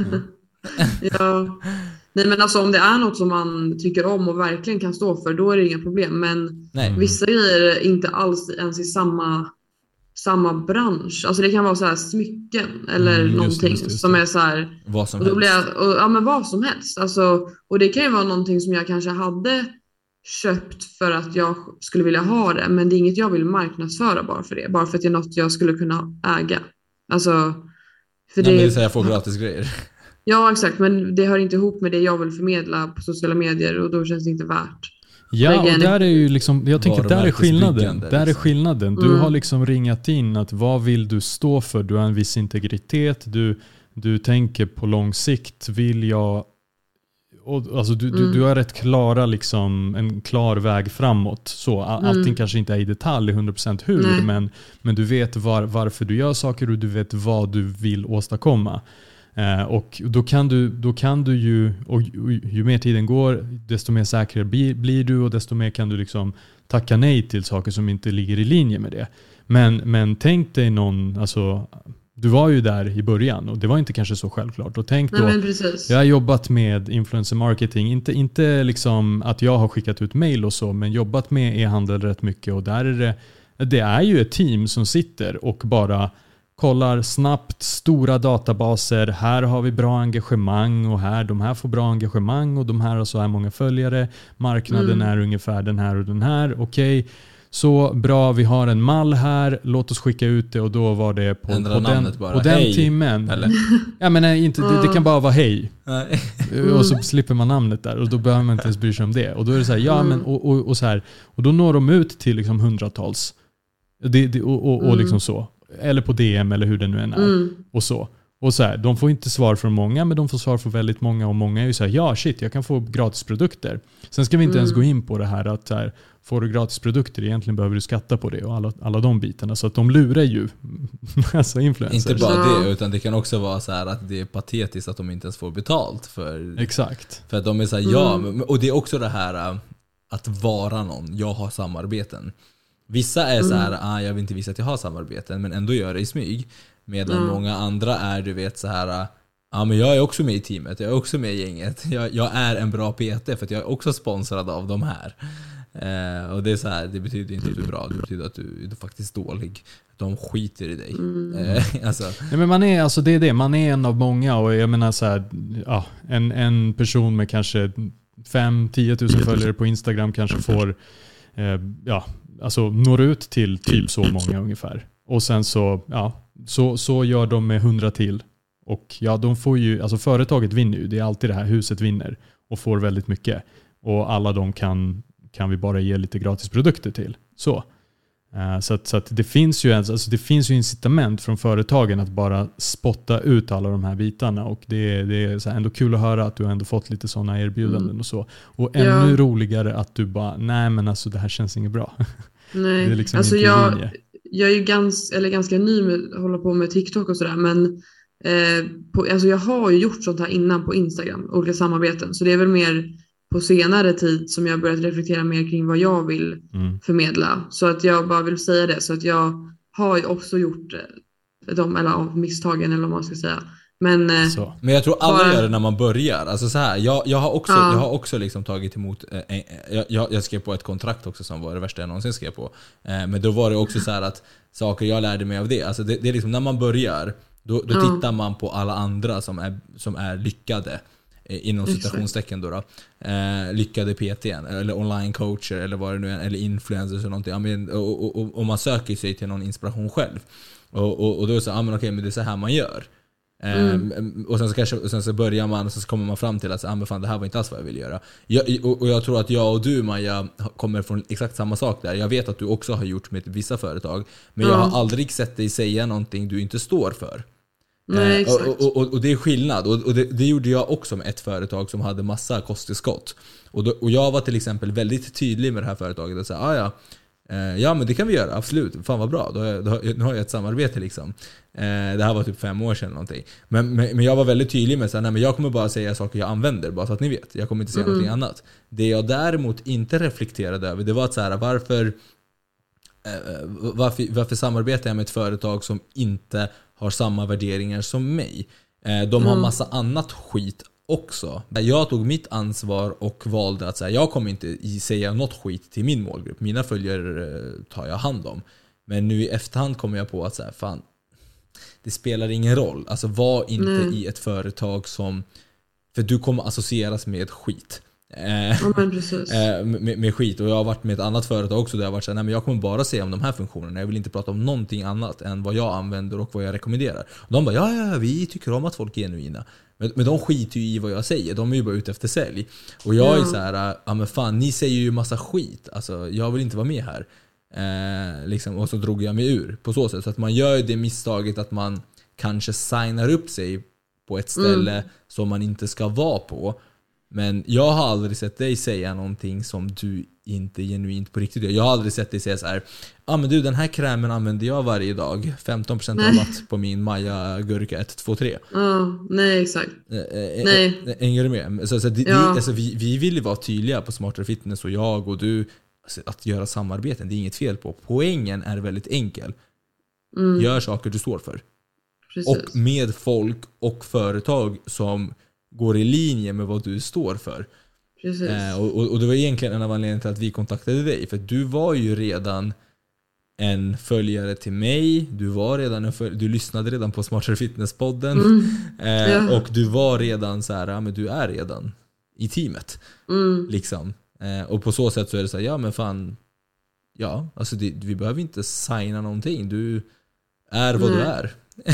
Ja. Nej, men alltså om det är något som man tycker om och verkligen kan stå för, då är det inga problem. Men Nej. vissa grejer är inte alls ens i samma, samma bransch. Alltså det kan vara så här smycken eller Mm, just det, någonting just det, just som det. är så här. Vad som Och då blir helst. jag, och, ja, men vad som helst. Alltså, och det kan ju vara någonting som jag kanske hade köpt för att jag skulle vilja ha det. Men det är inget jag vill marknadsföra bara för det. Bara för att det är något jag skulle kunna äga. Alltså, för Nej, det, men det säger jag får gratis grejer. ja, exakt. Men det hör inte ihop med det jag vill förmedla på sociala medier. Och då känns det inte värt. Ja, Lägga och en- där är ju liksom, jag tänker där är skillnaden. Varumärkesbyggande, Där är liksom. skillnaden. Du Mm. har liksom ringat in att vad vill du stå för? Du har en viss integritet. Du, du tänker på lång sikt. Vill jag... Och, alltså du, du, Mm. du har rätt klara, liksom, en klar väg framåt. Så, all, Mm. allting kanske inte är i detalj hundra procent hur, Nej. men, men du vet var, varför du gör saker och du vet vad du vill åstadkomma. Eh, och då kan du, då kan du ju, och ju, ju mer tiden går, desto mer säker blir, blir du och desto mer kan du liksom tacka nej till saker som inte ligger i linje med det. Men, men tänk dig någon, alltså, du var ju där i början och det var inte kanske så självklart. Och tänk Nej, då, men precis. jag har jobbat med influencer marketing, inte, inte liksom att jag har skickat ut mail och så, men jobbat med e-handel rätt mycket och där är det, det är ju ett team som sitter och bara kollar snabbt stora databaser. Här har vi bra engagemang och här, de här får bra engagemang och de här har så här många följare. Marknaden Mm. är ungefär den här och den här. Okej, så bra, vi har en mall här. Låt oss skicka ut det och då var det på, Ändra på den, namnet bara. på den Hej. timmen. Eller? Ja, men nej, inte, det, det kan bara vara hej. Nej. Och så slipper man namnet där och då behöver man inte ens bry sig om det. Och då är det så här, ja Mm. men och, och, och så här. Och då når de ut till liksom hundratals. Det, det, och och, och Mm. liksom så. Eller på D M eller hur det nu än är. Mm. Och så. Och så här, de får inte svar från många, men de får svar från väldigt många, och många är ju så här, ja shit, jag kan få gratis produkter. Sen ska vi inte mm. ens gå in på det här att så här, får du gratis produkter, egentligen behöver du skatta på det och alla, alla de bitarna. Så att de lurar ju alltså influencers. Inte bara det, utan det kan också vara så här att det är patetiskt att de inte ens får betalt för, exakt. För att de är så här, mm. ja, och det är också det här att vara någon, jag har samarbeten. Vissa är så här, mm. ah, jag vill inte visa att jag har samarbeten, men ändå gör det i smyg. Medan mm. många andra är, du vet, så här, ja ah, men jag är också med i teamet, jag är också med i gänget. Jag, jag är en bra P T för att jag är också sponsrad av de här. Eh, och det är så här, det betyder inte att du är bra, det betyder att du, du är faktiskt dålig. De skiter i dig. Mm. Eh, alltså. Ja, men man är, alltså det är det, man är en av många, och jag menar så här, ja, en, en person med kanske fem till tio tusen följare på Instagram kanske får eh, ja, alltså når ut till typ så många ungefär. Och sen så, ja, så, så gör de med hundra till. Och ja, de får ju, alltså företaget vinner ju, det är alltid det här, huset vinner och får väldigt mycket. Och alla de kan, kan vi bara ge lite gratis produkter till. Så. Uh, så att, så att det finns ju ens, alltså det finns ju incitament från företagen att bara spotta ut alla de här bitarna, och det, det är så här ändå kul att höra att du har ändå fått lite sådana erbjudanden mm. och så. Och ännu ja. roligare att du bara, nej men alltså det här känns inget bra. Nej, det är liksom alltså inte jag, linje. jag är ju ganska, eller ganska ny med att hålla på med TikTok och sådär, men eh, på, alltså jag har ju gjort sånt här innan på Instagram, olika samarbeten, så det är väl mer på senare tid som jag börjat reflektera mer kring vad jag vill mm. förmedla. Så att jag bara vill säga det. Så att jag har ju också gjort de, eller av misstagen, eller vad man ska säga. Men, så. Men jag tror alla bara gör det när man börjar. Alltså så här, jag, jag har också, ja. jag har också liksom tagit emot, eh, eh, jag, jag skrev på ett kontrakt också som var det värsta jag någonsin skrev på. Eh, men då var det också så här att saker jag lärde mig av det. Alltså det, det är liksom när man börjar, då, då ja. tittar man på alla andra som är, som är lyckade. Inom citationstecken då, då eh, lyckade P T eller online coacher eller vad det nu är, eller influencers eller någonting. Ja, men, och, och, och, och man söker sig till någon inspiration själv. Och, och, och då är det så, ja men okej, men det är så här man gör. Mm. Eh, och sen så kanske, och sen så börjar man, och så kommer man fram till att ja men fan, det här var inte alls vad jag vill göra. Jag, och, och jag tror att jag och du, Maja, kommer från exakt samma sak där. Jag vet att du också har gjort med vissa företag, men mm. jag har aldrig sett dig säga någonting du inte står för. Nej, eh, och, och, och, och det är skillnad, och, och det, det gjorde jag också med ett företag som hade massa kosttillskott. Och, då, och jag var till exempel väldigt tydlig med det här företaget och sa, ah, ja, eh, ja men det kan vi göra, absolut, fan vad bra, då, då, nu har jag ett samarbete liksom. eh, Det här var typ fem år sedan eller någonting. Men, men, men jag var väldigt tydlig med att jag kommer bara säga saker jag använder, bara så att ni vet, jag kommer inte säga mm. någonting annat. Det jag däremot inte reflekterade över, det var att så här, varför Varför, varför samarbetar jag med ett företag som inte har samma värderingar som mig? De har massa mm. annat skit också. Jag tog mitt ansvar och valde att säga, jag kommer inte säga något skit till min målgrupp. Mina följare tar jag hand om. Men nu i efterhand kommer jag på att så här, fan, det spelar ingen roll. Alltså var inte mm. i ett företag som, för du kommer associeras med skit. Ja, men precis. med, med skit. Och jag har varit med ett annat företag också där jag har varit så här, nej men jag kommer bara säga om de här funktionerna. Jag vill inte prata om någonting annat än vad jag använder och vad jag rekommenderar. Och de bara, ja ja, vi tycker om att folk är genuina. Men, men de skiter ju i vad jag säger. De är ju bara ute efter sälj. Och jag är så här, ja men fan, ni säger ju massa skit. Alltså jag vill inte vara med här. Eh, liksom, och så drog jag mig ur på så sätt. Så att man gör det misstaget att man kanske signar upp sig på ett ställe mm. som man inte ska vara på. Men jag har aldrig sett dig säga någonting som du inte genuint på riktigt gör. Jag har aldrig sett dig säga så här, ja ah, men du, den här krämen använder jag varje dag, femton procent rabatt på min Maja Gurka ett två tre. Ja, nej exakt. Eh, nej. Hänger du med? Så, så, det, ja. det, alltså, vi, vi vill ju vara tydliga på Smartare Fitness, och jag och du, alltså, att göra samarbeten, det är inget fel på. Poängen är väldigt enkel. Mm. Gör saker du står för. Precis. Och med folk och företag som går i linje med vad du står för. Eh, och, och det var egentligen en av anledningarna till att vi kontaktade dig. För du var ju redan en följare till mig. Du var redan en föl- du lyssnade redan på Smartare Fitness-podden. Mm. Eh, ja. Och du var redan så här, ja, men du är redan i teamet. Mm. Liksom. Eh, och på så sätt så är det så här, ja men fan, ja, alltså det, vi behöver inte signa någonting. Du är vad Nej. du är.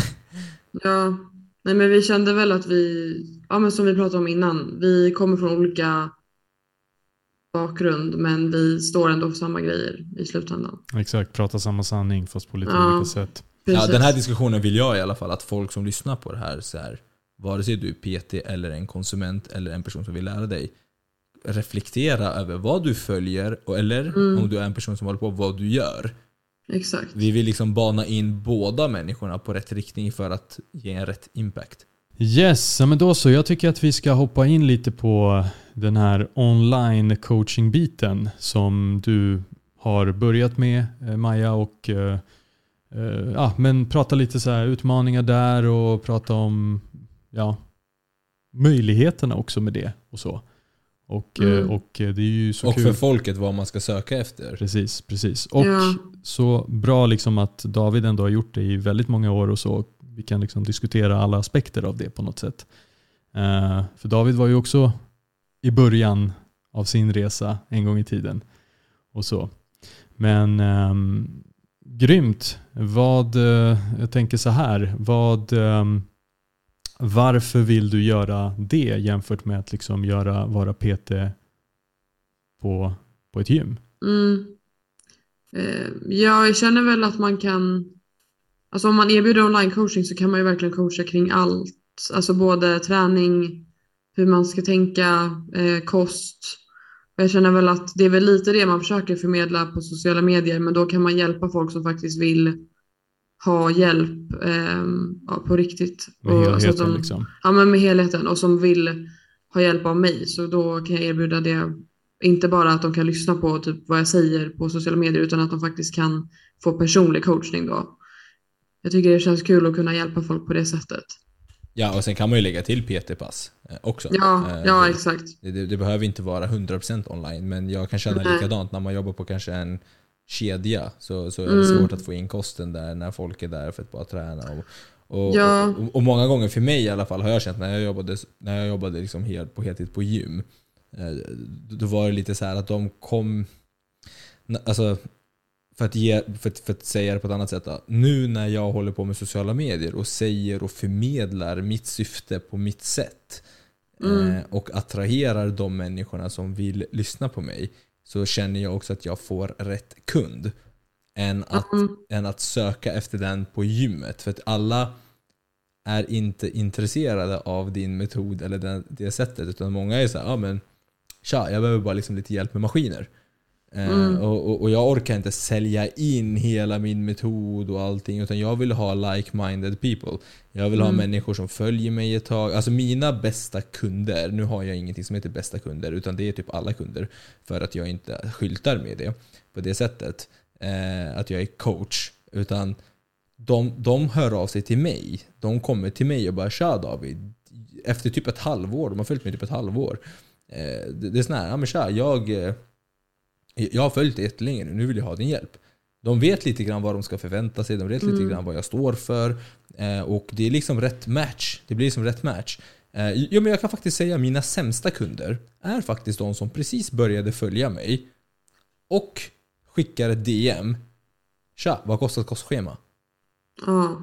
Ja. Nej, men vi kände väl att vi, ja men som vi pratade om innan, vi kommer från olika bakgrund, men vi står ändå för samma grejer i slutändan. Exakt, prata samma sanning fast på lite ja. olika sätt. Ja, den här diskussionen vill jag i alla fall att folk som lyssnar på det här, så här, vare sig du är P T eller en konsument eller en person som vill lära dig, reflektera över vad du följer och, eller mm. om du är en person som håller på vad du gör. Exakt. Vi vill liksom bana in båda människorna på rätt riktning för att ge en rätt impact. Yes, men då så. Jag tycker att vi ska hoppa in lite på den här online coaching-biten som du har börjat med, Maja, och uh, uh, ja, men prata lite så här utmaningar där och prata om ja, möjligheterna också med det och så. Och, mm. och det är ju så och kul. för folket vad man ska söka efter. Precis, precis. Och ja. så bra liksom att David ändå har gjort det i väldigt många år och så. Vi kan liksom diskutera alla aspekter av det på något sätt. Uh, för David var ju också i början av sin resa en gång i tiden. Och så. Men um, grymt. Vad, uh, jag tänker så här. Vad... Um, Varför vill du göra det jämfört med att liksom göra, vara P T på, på ett gym? Mm. Eh, ja, jag känner väl att man kan, alltså om man erbjuder online coaching så kan man ju verkligen coacha kring allt. Alltså både träning, hur man ska tänka, eh, kost. Och jag känner väl att det är väl lite det man försöker förmedla på sociala medier, men då kan man hjälpa folk som faktiskt vill ha hjälp eh, ja, på riktigt. Med och, helheten så de, liksom. Ja, men med helheten, och som vill ha hjälp av mig. Så då kan jag erbjuda det, inte bara att de kan lyssna på typ vad jag säger på sociala medier, utan att de faktiskt kan få personlig coachning då. Jag tycker det känns kul att kunna hjälpa folk på det sättet. Ja, och sen kan man ju lägga till P T-pass också. Ja, eh, ja det, exakt. Det, det, det behöver inte vara hundra procent online, men jag kan känna Nej. likadant när man jobbar på kanske en kedja, så, så är det Mm. svårt att få in kosten där när folk är där för att bara träna. Och, och, Ja. och, och många gånger för mig i alla fall har jag känt när jag jobbade, när jag jobbade liksom helt på heltid på gym, eh, då var det lite så här att de kom, alltså för att, ge, för, att, för att säga det på ett annat sätt då, nu när jag håller på med sociala medier och säger och förmedlar mitt syfte på mitt sätt mm. eh, och attraherar de människorna som vill lyssna på mig, så känner jag också att jag får rätt kund än att, mm. än att söka efter den på gymmet. För att alla är inte intresserade av din metod eller den, det sättet, utan många är så här, ja ah, men tja, jag behöver bara liksom lite hjälp med maskiner. Mm. Eh, och, och, och jag orkar inte sälja in hela min metod och allting, utan jag vill ha like-minded people. Jag vill mm. ha människor som följer mig ett tag. Alltså mina bästa kunder, nu har jag ingenting som heter bästa kunder, utan det är typ alla kunder, för att jag inte skyltar med det på det sättet, eh, att jag är coach, utan de, de hör av sig till mig. De kommer till mig och bara, tja David, efter typ ett halvår, de har följt mig typ ett halvår, eh, det, det är sån här, ja men tja, jag Jag har följt det jättelänge nu, nu vill jag ha din hjälp. De vet lite grann vad de ska förvänta sig, de vet lite mm. grann vad jag står för, eh, och det är liksom rätt match. Det blir liksom rätt match. Eh, ja, men jag kan faktiskt säga att mina sämsta kunder är faktiskt de som precis började följa mig och skickar ett D M. Tja, vad kostar ett kostschema? Ja.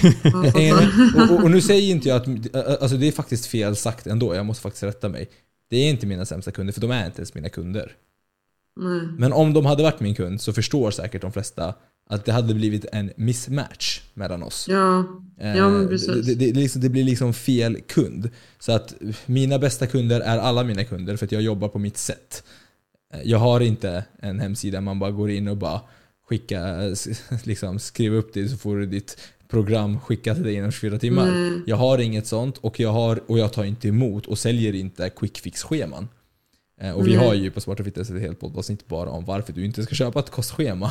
och, och, och nu säger inte jag att, alltså det är faktiskt fel sagt ändå, jag måste faktiskt rätta mig. Det är inte mina sämsta kunder, för de är inte ens mina kunder. Nej. Men om de hade varit min kund så förstår säkert de flesta att det hade blivit en mismatch mellan oss. Ja, ja men precis. Det, det, det, det blir liksom fel kund. Så att mina bästa kunder är alla mina kunder, för att jag jobbar på mitt sätt. Jag har inte en hemsida man bara går in och bara skicka, liksom skriva upp det så får du ditt program skickat till dig inom tjugofyra timmar. Nej. Jag har inget sånt, och jag, har, och jag tar inte emot och säljer inte quick fix-scheman. Och vi har ju på Smart och Fitness ett helt poddavsnitt bara om varför du inte ska köpa ett kostschema.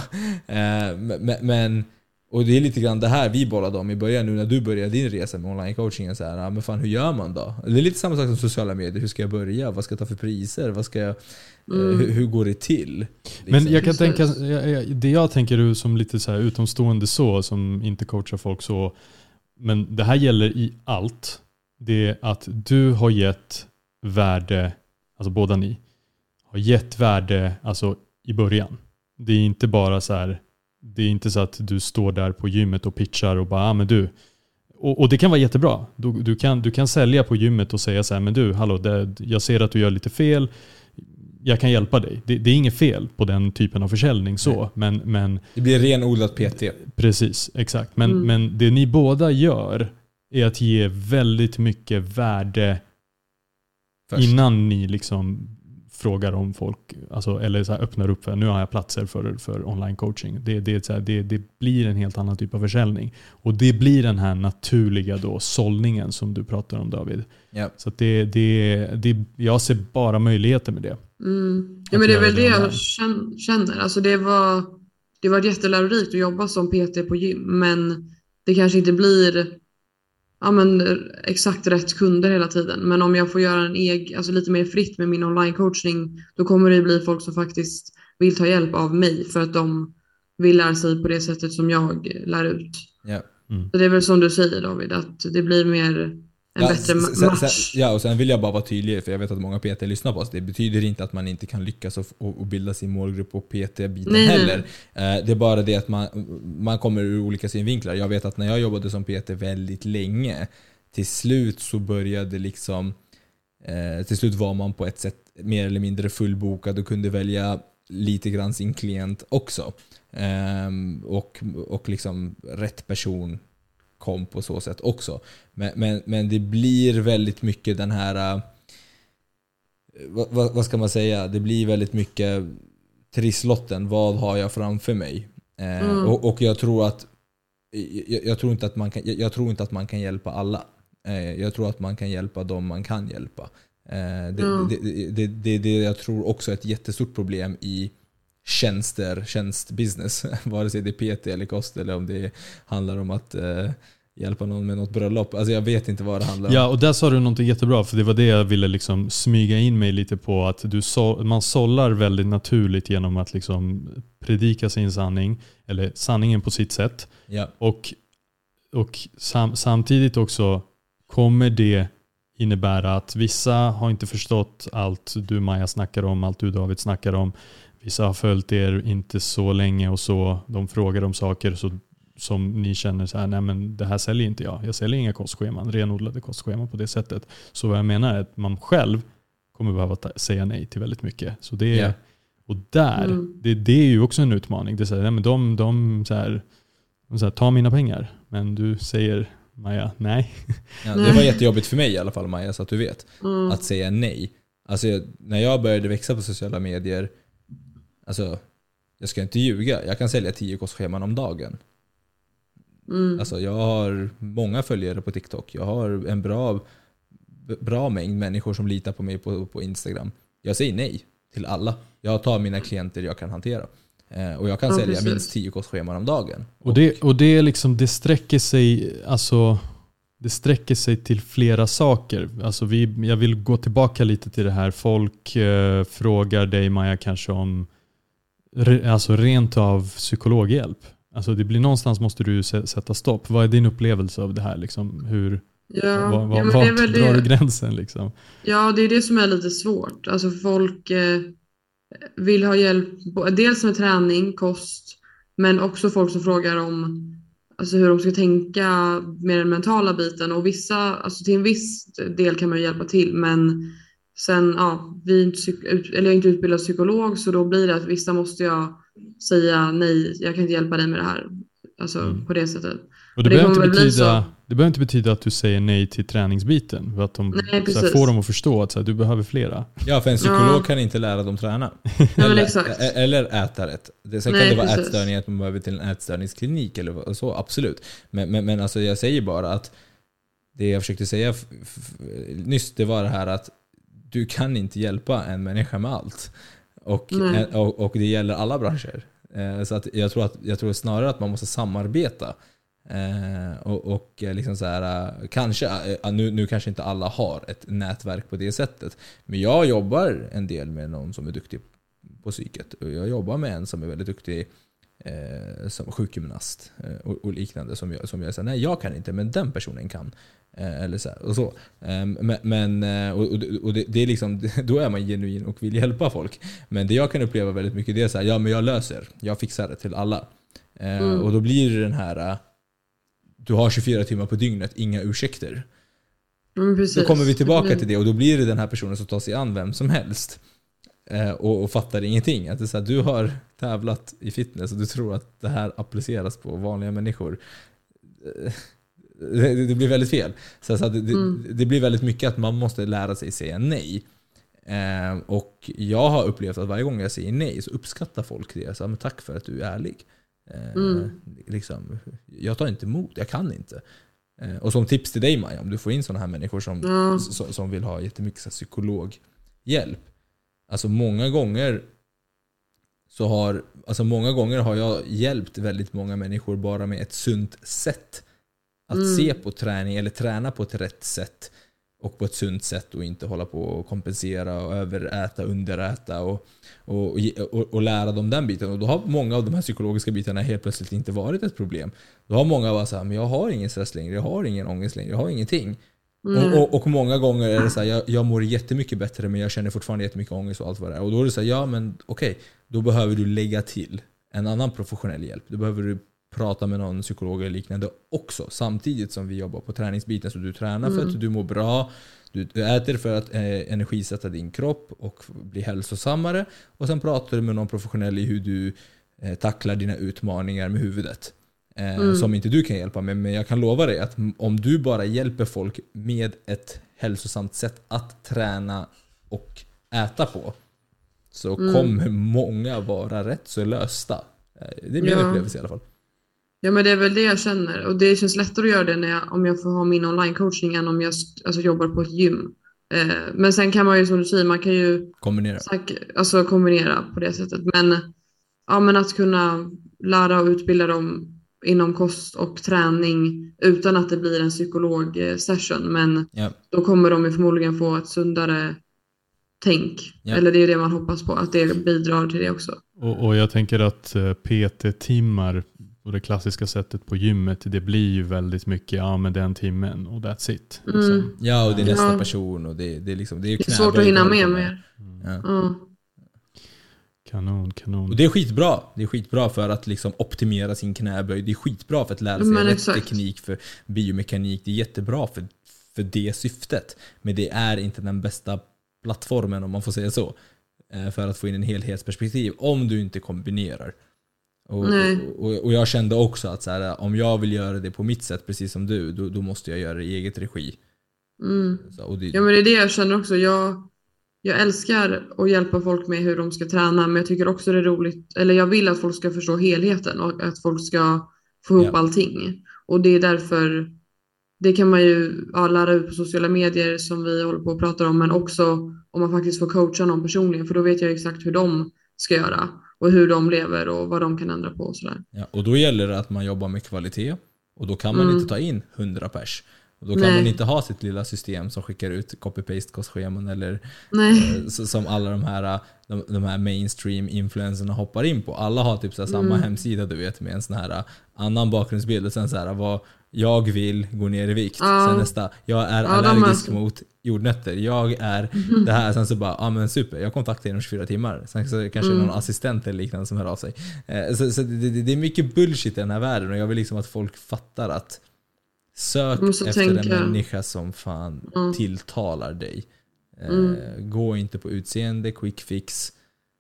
Men, och det är lite grann det här vi bollade om i början, nu när du började din resa med online-coachingen. Så här, men fan, hur gör man då? Det är lite samma sak som sociala medier. Hur ska jag börja? Vad ska jag ta för priser? Vad ska jag, mm. hur, hur går det till? Liksom. Men jag kan tänka, det jag tänker som lite så här utomstående så, som inte coachar folk så, men det här gäller i allt. Det är att du har gett värde, alltså båda ni har gett värde alltså i början. Det är inte bara så här, det är inte så att du står där på gymmet och pitchar och bara, ah, men du, och, och det kan vara jättebra. Du, du, kan, du kan sälja på gymmet och säga så här, men du, hallå, det, jag ser att du gör lite fel. jag kan hjälpa dig. Det, det är inget fel på den typen av försäljning så, men, men det blir renodlat P T. Precis, exakt. Men, Mm. men det ni båda gör är att ge väldigt mycket värde Först. innan ni liksom frågar om folk, alltså, eller så här öppnar upp för, nu har jag platser för, för online coaching. Det, det, är så här, det, det blir en helt annan typ av försäljning. Och det blir den här naturliga då sållningen som du pratar om, David. Ja. Så att det, det, det, jag ser bara möjligheter med det. Mm. Ja, men det är väl det jag känn- känner. Alltså det var, det var jättelärorikt att jobba som P T på gym, men det kanske inte blir ja, men, exakt rätt kunder hela tiden. Men om jag får göra en egen, alltså lite mer fritt med min online-coachning, då kommer det bli folk som faktiskt vill ta hjälp av mig för att de vill lära sig på det sättet som jag lär ut. Ja. Mm. Så det är väl som du säger, David, att det blir mer en Ja, bättre sen, sen, match. ja, och sen vill jag bara vara tydlig, för jag vet att många P T lyssnar på oss. Det betyder inte att man inte kan lyckas och, och, och bilda sin målgrupp på P T-biten Nej, nej. heller. Eh, det är bara det att man, man kommer ur olika synvinklar. Jag vet att när jag jobbade som P T väldigt länge, till slut så började liksom eh, till slut var man på ett sätt mer eller mindre fullbokad och kunde välja lite grann sin klient också. Eh, och, och liksom rätt person kom på så sätt också. Men, men, men det blir väldigt mycket den här uh, vad, vad ska man säga, det blir väldigt mycket trisslotten, vad har jag framför mig? Eh, Mm. och, och jag tror att jag, jag tror inte att man kan jag, jag tror inte att man kan hjälpa alla. Eh, jag tror att man kan hjälpa dem man kan hjälpa. Eh, det, Mm. det, det, det, det, det jag tror också är ett jättestort problem i tjänster, tjänstbusiness, vare sig det är P T eller kost eller om det handlar om att eh, hjälpa någon med något bröllop. Alltså jag vet inte vad det handlar om. Ja, och där sa du något jättebra, för det var det jag ville liksom smyga in mig lite på, att du så, man sållar väldigt naturligt genom att liksom predika sin sanning, eller sanningen på sitt sätt. Ja. Och, och sam, samtidigt också kommer det innebära att vissa har inte förstått allt du Maja snackar om, allt du David snackar om. Vissa har följt er inte så länge och så. De frågar om saker så, som ni känner så här, nej men det här säljer inte jag. Jag säljer inga kostscheman, renodlade kostscheman på det sättet. Så vad jag menar är att man själv kommer behöva ta, säga nej till väldigt mycket. Så det är, Yeah. och där, Mm. det, det är ju också en utmaning. Det är så här, nej men de, de, så här, de så här, ta mina pengar. Men du säger, Maja, nej. Ja, det var jättejobbigt för mig i alla fall, Maja, så att du vet. Mm. Att säga nej. Alltså jag, när jag började växa på sociala medier, alltså jag ska inte ljuga, jag kan sälja tio kostscheman om dagen. Mm. Alltså jag har många följare på TikTok. Jag har en bra, bra mängd människor som litar på mig på, på Instagram. Jag säger nej till alla. Jag tar mina klienter jag kan hantera. Eh, och jag kan Ja, sälja precis. minst tio kostscheman om dagen. Och det, och det är liksom, det sträcker sig, alltså det sträcker sig till flera saker. Alltså vi, jag vill gå tillbaka lite till det här. Folk eh, frågar dig, Maja, kanske om re, alltså rent av psykologhjälp. Alltså det blir, någonstans måste du sä- sätta stopp. Vad är din upplevelse av det här? Liksom, hur, Ja, vad, vad, ja, men det är vart väl drar du det. gränsen? Liksom? Ja, det är det som är lite svårt. Alltså folk eh, vill ha hjälp, på- dels med träning, kost, men också folk som frågar om alltså hur de ska tänka med den mentala biten. Och vissa, alltså till en viss del kan man ju hjälpa till, men sen, ja, vi är inte, psyk- ut- eller jag är inte utbildad psykolog, så då blir det att vissa måste jag säga nej, jag kan inte hjälpa dig med det här. Alltså Mm. på det sättet. Och det, Det behöver inte kommer väl bli betyda, så. det behöver inte betyda att du säger nej till träningsbiten. För att de Nej, så här, precis. får dem att förstå att så här, du behöver flera. Ja, för en psykolog Ja. kan inte lära dem träna. Ja, men eller, exakt. e- eller äta rätt. Det, sen Nej, kan det vara precis. ätstörningar att man behöver till en ätstörningsklinik eller vad- så, absolut. Men, men, men alltså jag säger bara att det jag försökte säga f- f- nyss, det var det här att du kan inte hjälpa en människa med allt. Och, Nej. och, och det gäller alla branscher. Eh, Så att jag tror att jag tror snarare att man måste samarbeta. Eh, och, och eh, liksom så här, eh, kanske eh, nu, nu kanske inte alla har ett nätverk på det sättet, men jag jobbar en del med någon som är duktig på psyket, och jag jobbar med en som är väldigt duktig eh, som sjukgymnast eh, och, och liknande, som jag, som jag säger, nej jag kan inte, men den personen kan, eh, eller så här, och så. Eh, men men eh, och, och, och det, det är liksom, då är man genuin och vill hjälpa folk. Men det jag kan uppleva väldigt mycket, det är så här, ja men jag löser, jag fixar det till alla. Eh, Mm. och då blir det den här eh, du har tjugofyra timmar på dygnet, inga ursäkter. Mm, precis. Då kommer vi tillbaka Mm. till det, och då blir det den här personen som tar sig an vem som helst. eh, och, och fattar ingenting. Att det är så här, du har tävlat i fitness och du tror att det här appliceras på vanliga människor. Det, det blir väldigt fel. Så, så att det, mm. det, det blir väldigt mycket att man måste lära sig säga nej. Eh, och jag har upplevt att varje gång jag säger nej så uppskattar folk det. Så, men tack för att du är ärlig. Eh, mm. liksom, jag tar inte emot, jag kan inte. Eh, och som tips till dig, Maja, om du får in sådana här människor som, mm. som, som vill ha jättemycket så här, psykologhjälp. Alltså många gånger så har alltså många gånger har jag hjälpt väldigt många människor bara med ett sunt sätt att mm. se på träning eller träna på ett rätt sätt och på ett sunt sätt och inte hålla på och kompensera och överäta, underäta och, och, och, och lära dem den biten. Och då har många av de här psykologiska bitarna helt plötsligt inte varit ett problem. Då har många varit så här, men jag har ingen stress längre, jag har ingen ångest längre, jag har ingenting. Mm. Och, och, och många gånger är det så här, jag, jag mår jättemycket bättre men jag känner fortfarande jättemycket ångest och allt vad det är. Och då är det så här, ja men okej, okay, då behöver du lägga till en annan professionell hjälp. Då behöver du prata med någon psykolog eller liknande också, samtidigt som vi jobbar på träningsbiten. Så du tränar för mm. att du mår bra, du äter för att eh, energisätta din kropp och bli hälsosammare, och sen pratar du med någon professionell i hur du eh, tacklar dina utmaningar med huvudet. Eh, mm. Som inte du kan hjälpa med, men jag kan lova dig att om du bara hjälper folk med ett hälsosamt sätt att träna och äta på, så mm. kommer många vara rätt så lösta. Eh, det är min ja. upplevelse i alla fall. Ja, men det är väl det jag känner, och det känns lättare att göra det när jag, om jag får ha min online-coaching än om jag alltså, jobbar på ett gym. Eh, men sen kan man ju, som du säger, man kan ju kombinera, alltså, kombinera på det sättet. Men, ja, men att kunna lära och utbilda dem inom kost och träning utan att det blir en psykolog-session. Men ja. då kommer de ju förmodligen få ett sundare tänk. Ja. Eller det är det man hoppas på, att det bidrar till det också. Och, och jag tänker att P T-timmar och det klassiska sättet på gymmet, det blir ju väldigt mycket, ja men den timmen och that's it. Liksom. Mm. Ja, och det är nästa ja. person och det, det är liksom, det är ju det är svårt att hinna med mer. Mm. Ja. Mm. Kanon, kanon. Och det är skitbra. Det är skitbra för att liksom optimera sin knäböj. Det är skitbra för att lära sig rätt teknik för biomekanik. Det är jättebra för, för det syftet. Men det är inte den bästa plattformen, om man får säga så, för att få in en helhetsperspektiv om du inte kombinerar. Och, och, och jag kände också att så här, om jag vill göra det på mitt sätt, precis som du, då, då måste jag göra det i eget regi. Mm. Så, och det, ja, men det är det jag känner också. Jag, jag älskar att hjälpa folk med hur de ska träna, men jag tycker också det är roligt, eller jag vill att folk ska förstå helheten och att folk ska få ihop ja. allting. Och det är därför, det kan man ju ja, lära ut på sociala medier som vi håller på att prata om, men också om man faktiskt får coacha någon personligen, för då vet jag exakt hur de ska göra och hur de lever och vad de kan ändra på och sådär. Ja, och då gäller det att man jobbar med kvalitet, och då kan man mm. inte ta in hundra pers. Och då kan Nej. man inte ha sitt lilla system som skickar ut copy-paste kostscheman eller eh, som alla de här de, de här mainstream influencerna hoppar in på. Alla har typ så här samma mm. hemsida, du vet, med en sån här annan bakgrundsbild och sen så här vad jag vill gå ner i vikt. Ja. Sen nästa, jag är ja, allergisk mot jordnötter. Jag är mm. det här. Sen så bara, ja ah, men super, jag kontaktar inom tjugofyra timmar. Sen så kanske mm. någon assistent eller liknande som hör av sig. Eh, så så det, det är mycket bullshit i den här världen, och jag vill liksom att folk fattar att sök efter tänka. en människa som fan mm. tilltalar dig. Eh, mm. Gå inte på utseende, quick fix,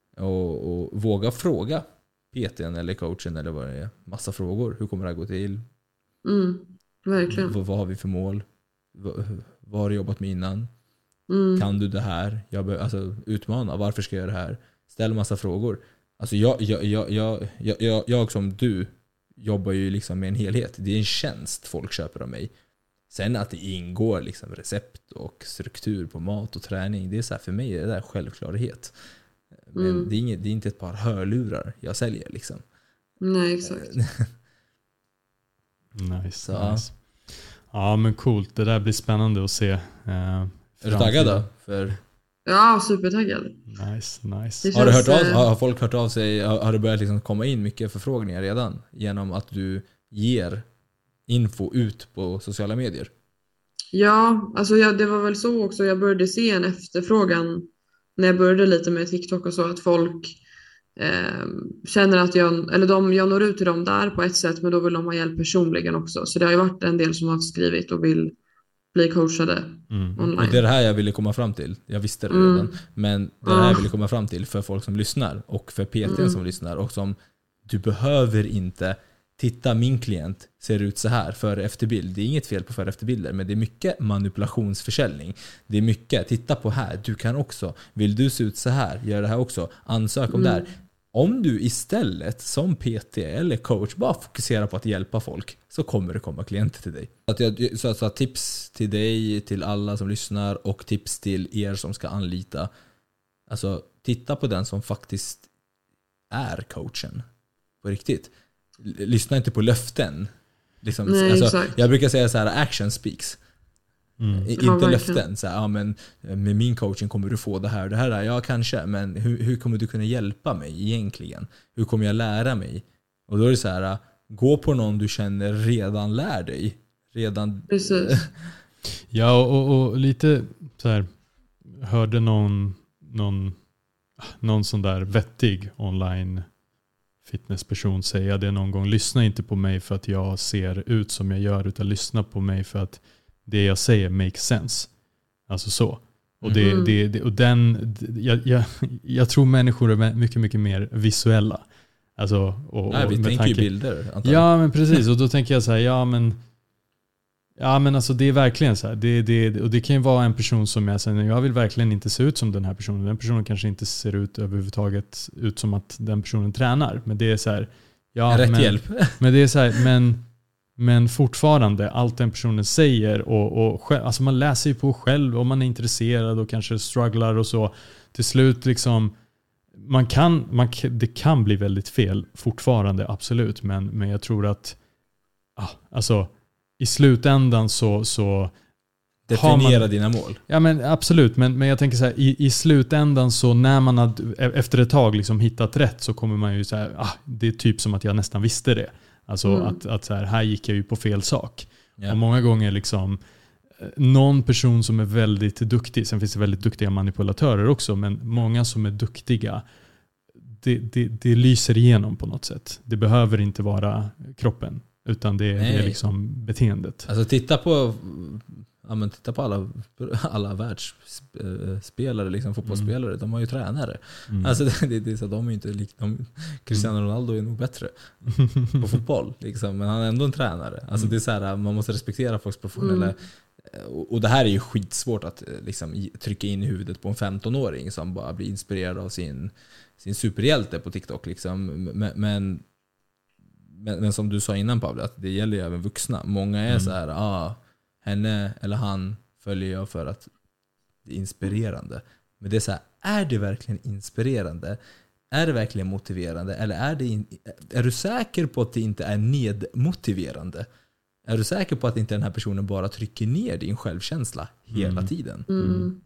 och, och våga fråga P T:n eller coachen eller vad det är. Massa frågor. Hur kommer det här gå till? Mm. Verkligen. V- vad har vi för mål? V- vad har du jobbat med innan? Mm. Kan du det här? Jag be- alltså, utmana. Varför ska jag göra det här? Ställ massa frågor. Alltså jag, jag, jag, jag, jag, jag, jag som du jobbar ju liksom med en helhet. Det är en tjänst folk köper av mig. Sen att det ingår liksom recept och struktur på mat och träning, det är så här, för mig är det där självklarhet. Men mm. det, är inget, det är inte ett par hörlurar jag säljer liksom. Nej, exakt. Nice, så. nice. Ja, men coolt. Det där blir spännande att se. Eh, är du taggad då? För... Ja, supertaggad. Nice, nice. Har, du hört av, har folk hört av sig? Har, har det börjat liksom komma in mycket förfrågningar redan genom att du ger info ut på sociala medier? Ja, alltså jag, det var väl så också. Jag började se en efterfrågan när jag började lite med TikTok och så, att folk eh, känner att jag, eller de, jag når ut till dem där på ett sätt, men då vill de ha hjälp personligen också. Så det har ju varit en del som har skrivit och vill, bli coachade Mm. online. Och det är det här jag ville komma fram till. Jag visste det Mm. redan. Men det är det här jag Ah. ville komma fram till för folk som lyssnar. Och för P T Mm. som lyssnar. Och som, du behöver inte titta, min klient ser ut så här, före efterbild. Det är inget fel på före efterbilder, men det är mycket manipulationsförsäljning. Det är mycket, titta på här, du kan också. Vill du se ut så här, gör det här också. Ansök om Mm. det här. Om du istället som P T eller coach bara fokuserar på att hjälpa folk, så kommer det komma klienter till dig. Så, att jag, så, så att tips till dig, till alla som lyssnar, och tips till er som ska anlita. Alltså, titta på den som faktiskt är coachen på riktigt. L- lyssna inte på löften. Liksom, Nej, alltså, exakt. jag brukar säga så här: action speaks. Mm. I- Ja, inte verkligen. löften. Så här, ja, men med min coaching kommer du få det här och det här. Ja, kanske. Men hur, hur kommer du kunna hjälpa mig egentligen? Hur kommer jag lära mig? Och då är det så här: gå på någon du känner redan lär dig. Redan... Precis. Ja, och, och lite så här, hörde någon, någon, någon sån där vettig online fitnessperson säga det någon gång. Lyssna inte på mig för att jag ser ut som jag gör, utan lyssna på mig för att det jag säger makes sense. Alltså så. Och, det, Mm. det, det, och den, jag, jag, jag tror människor är mycket, mycket mer visuella. Alltså, och, Nej, vi och med tänker ju tanke- bilder, antar jag. Ja, men precis. Och då tänker jag så här, ja men ja men alltså det är verkligen så här. Det, det, och det kan ju vara en person som jag säger, jag vill verkligen inte se ut som den här personen. Den personen kanske inte ser ut överhuvudtaget ut som att den personen tränar. Men det är så här, ja, Rätt men, hjälp. men det är så här, men, men fortfarande allt den personen säger och, och själv, alltså man läser ju på själv om man är intresserad och kanske strugglar och så. Till slut liksom man kan, man, det kan bli väldigt fel fortfarande, absolut. Men, men jag tror att ah, alltså, i slutändan så, så Definiera man, dina mål. ja men absolut, men, men jag tänker så här, i, i slutändan så när man har efter ett tag liksom hittat rätt, så kommer man ju så här, ah, det är typ som att jag nästan visste det. Alltså Mm. att, att så här, här gick jag ju på fel sak. Ja. Och många gånger liksom någon person som är väldigt duktig, sen finns det väldigt duktiga manipulatörer också, men många som är duktiga, det, det, det lyser igenom på något sätt. Det behöver inte vara kroppen, utan det, det är liksom beteendet. Alltså titta på, ja, men titta på alla, alla världsspelare, liksom fotbollsspelare. Mm. De har ju tränare. Mm. Alltså det, det, det är så, de är ju inte lik, de, Cristiano Ronaldo är nog bättre på fotboll, liksom, men han är ändå en tränare. Alltså Mm. det är så här, man måste respektera folks professionella. Mm. Och, och det här är ju skitsvårt att liksom trycka in i huvudet på en femtonåring som bara blir inspirerad av sin, sin superhjälte på TikTok, liksom. Men, men Men, men som du sa innan, Pavle, att det gäller ju även vuxna. Många är mm. så här, ah, henne eller han följer jag för att det är inspirerande. Men det är så här, är det verkligen inspirerande? Är det verkligen motiverande? Eller är, det in, är du säker på att det inte är nedmotiverande? Är du säker på att inte den här personen bara trycker ner din självkänsla hela Mm. tiden? Mm.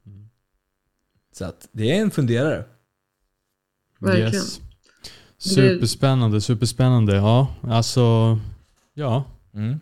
Så att det är en funderare. Verkligen. Yes. Superspännande, superspännande. Ja, alltså, ja. Mm.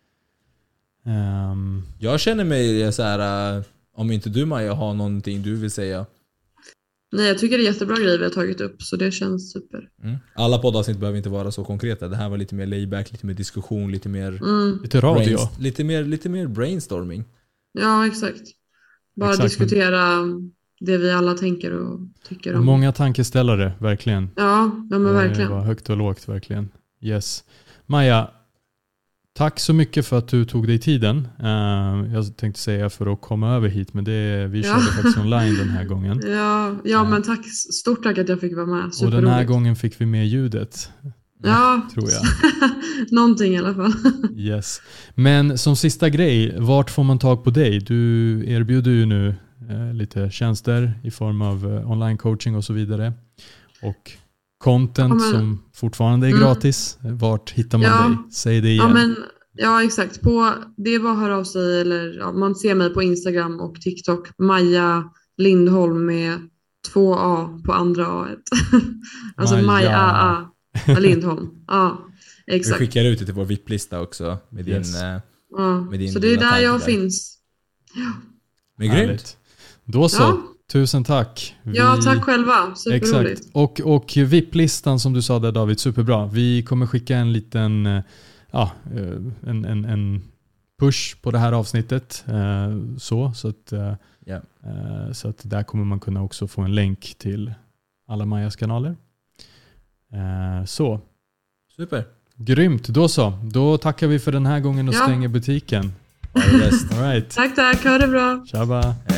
Um. Jag känner mig så här, om inte du, Maja, har någonting du vill säga. Nej, jag tycker det är jättebra grejer vi har tagit upp, så det känns super. Mm. Alla poddavsnitt behöver inte vara så konkreta. Det här var lite mer layback, lite mer diskussion, lite mer Mm. Lite radio. brains- lite mer lite mer brainstorming. Ja, exakt. Bara Exakt. diskutera det vi alla tänker och tycker om. Många tankeställare, verkligen. Ja, ja men verkligen. Det var högt och lågt, verkligen. Yes. Maja, tack så mycket för att du tog dig tiden. Uh, jag tänkte säga för att komma över hit, men det, vi Ja. körde faktiskt online den här gången. Ja, ja, Ja. men tack. Stort tack att jag fick vara med. Och den Superroligt. här gången fick vi med ljudet, Ja, tror jag. någonting i alla fall. Yes. Men som sista grej, vart får man tag på dig? Du erbjuder ju nu eh, lite tjänster i form av eh, online coaching och så vidare. Och content Ja, men- som fortfarande är Mm. gratis. Vart hittar man Ja. dig? Säg det igen. Ja, men, ja, exakt. På, det är bara att höra av sig. Eller, ja, man ser mig på Instagram och TikTok. Maja Lindholm med två A på andra A. Alltså Maja. Maja A A Lindholm. Ja, Vi exakt. skickar ut det till vår V I P-lista också med din, Yes. eh, Ja. med din Så det är lilla där jag tanke där. finns. Men grymt. Härligt. Då så. Ja. Tusen tack. Vi- Ja, tack själva. Superroligt. Exakt. Och, och V I P-listan som du sa där, David, superbra. Vi kommer skicka en liten, eh, ja, eh, en, en, en push på det här avsnittet. Eh, så, så, att, eh, Yeah. eh, så att där kommer man kunna också få en länk till alla Majas kanaler. Eh, så. Super. Grymt, då så. Då tackar vi för den här gången och Ja. stänger butiken. All the best. All right. Tack, tack. Ha det bra. Tjaba.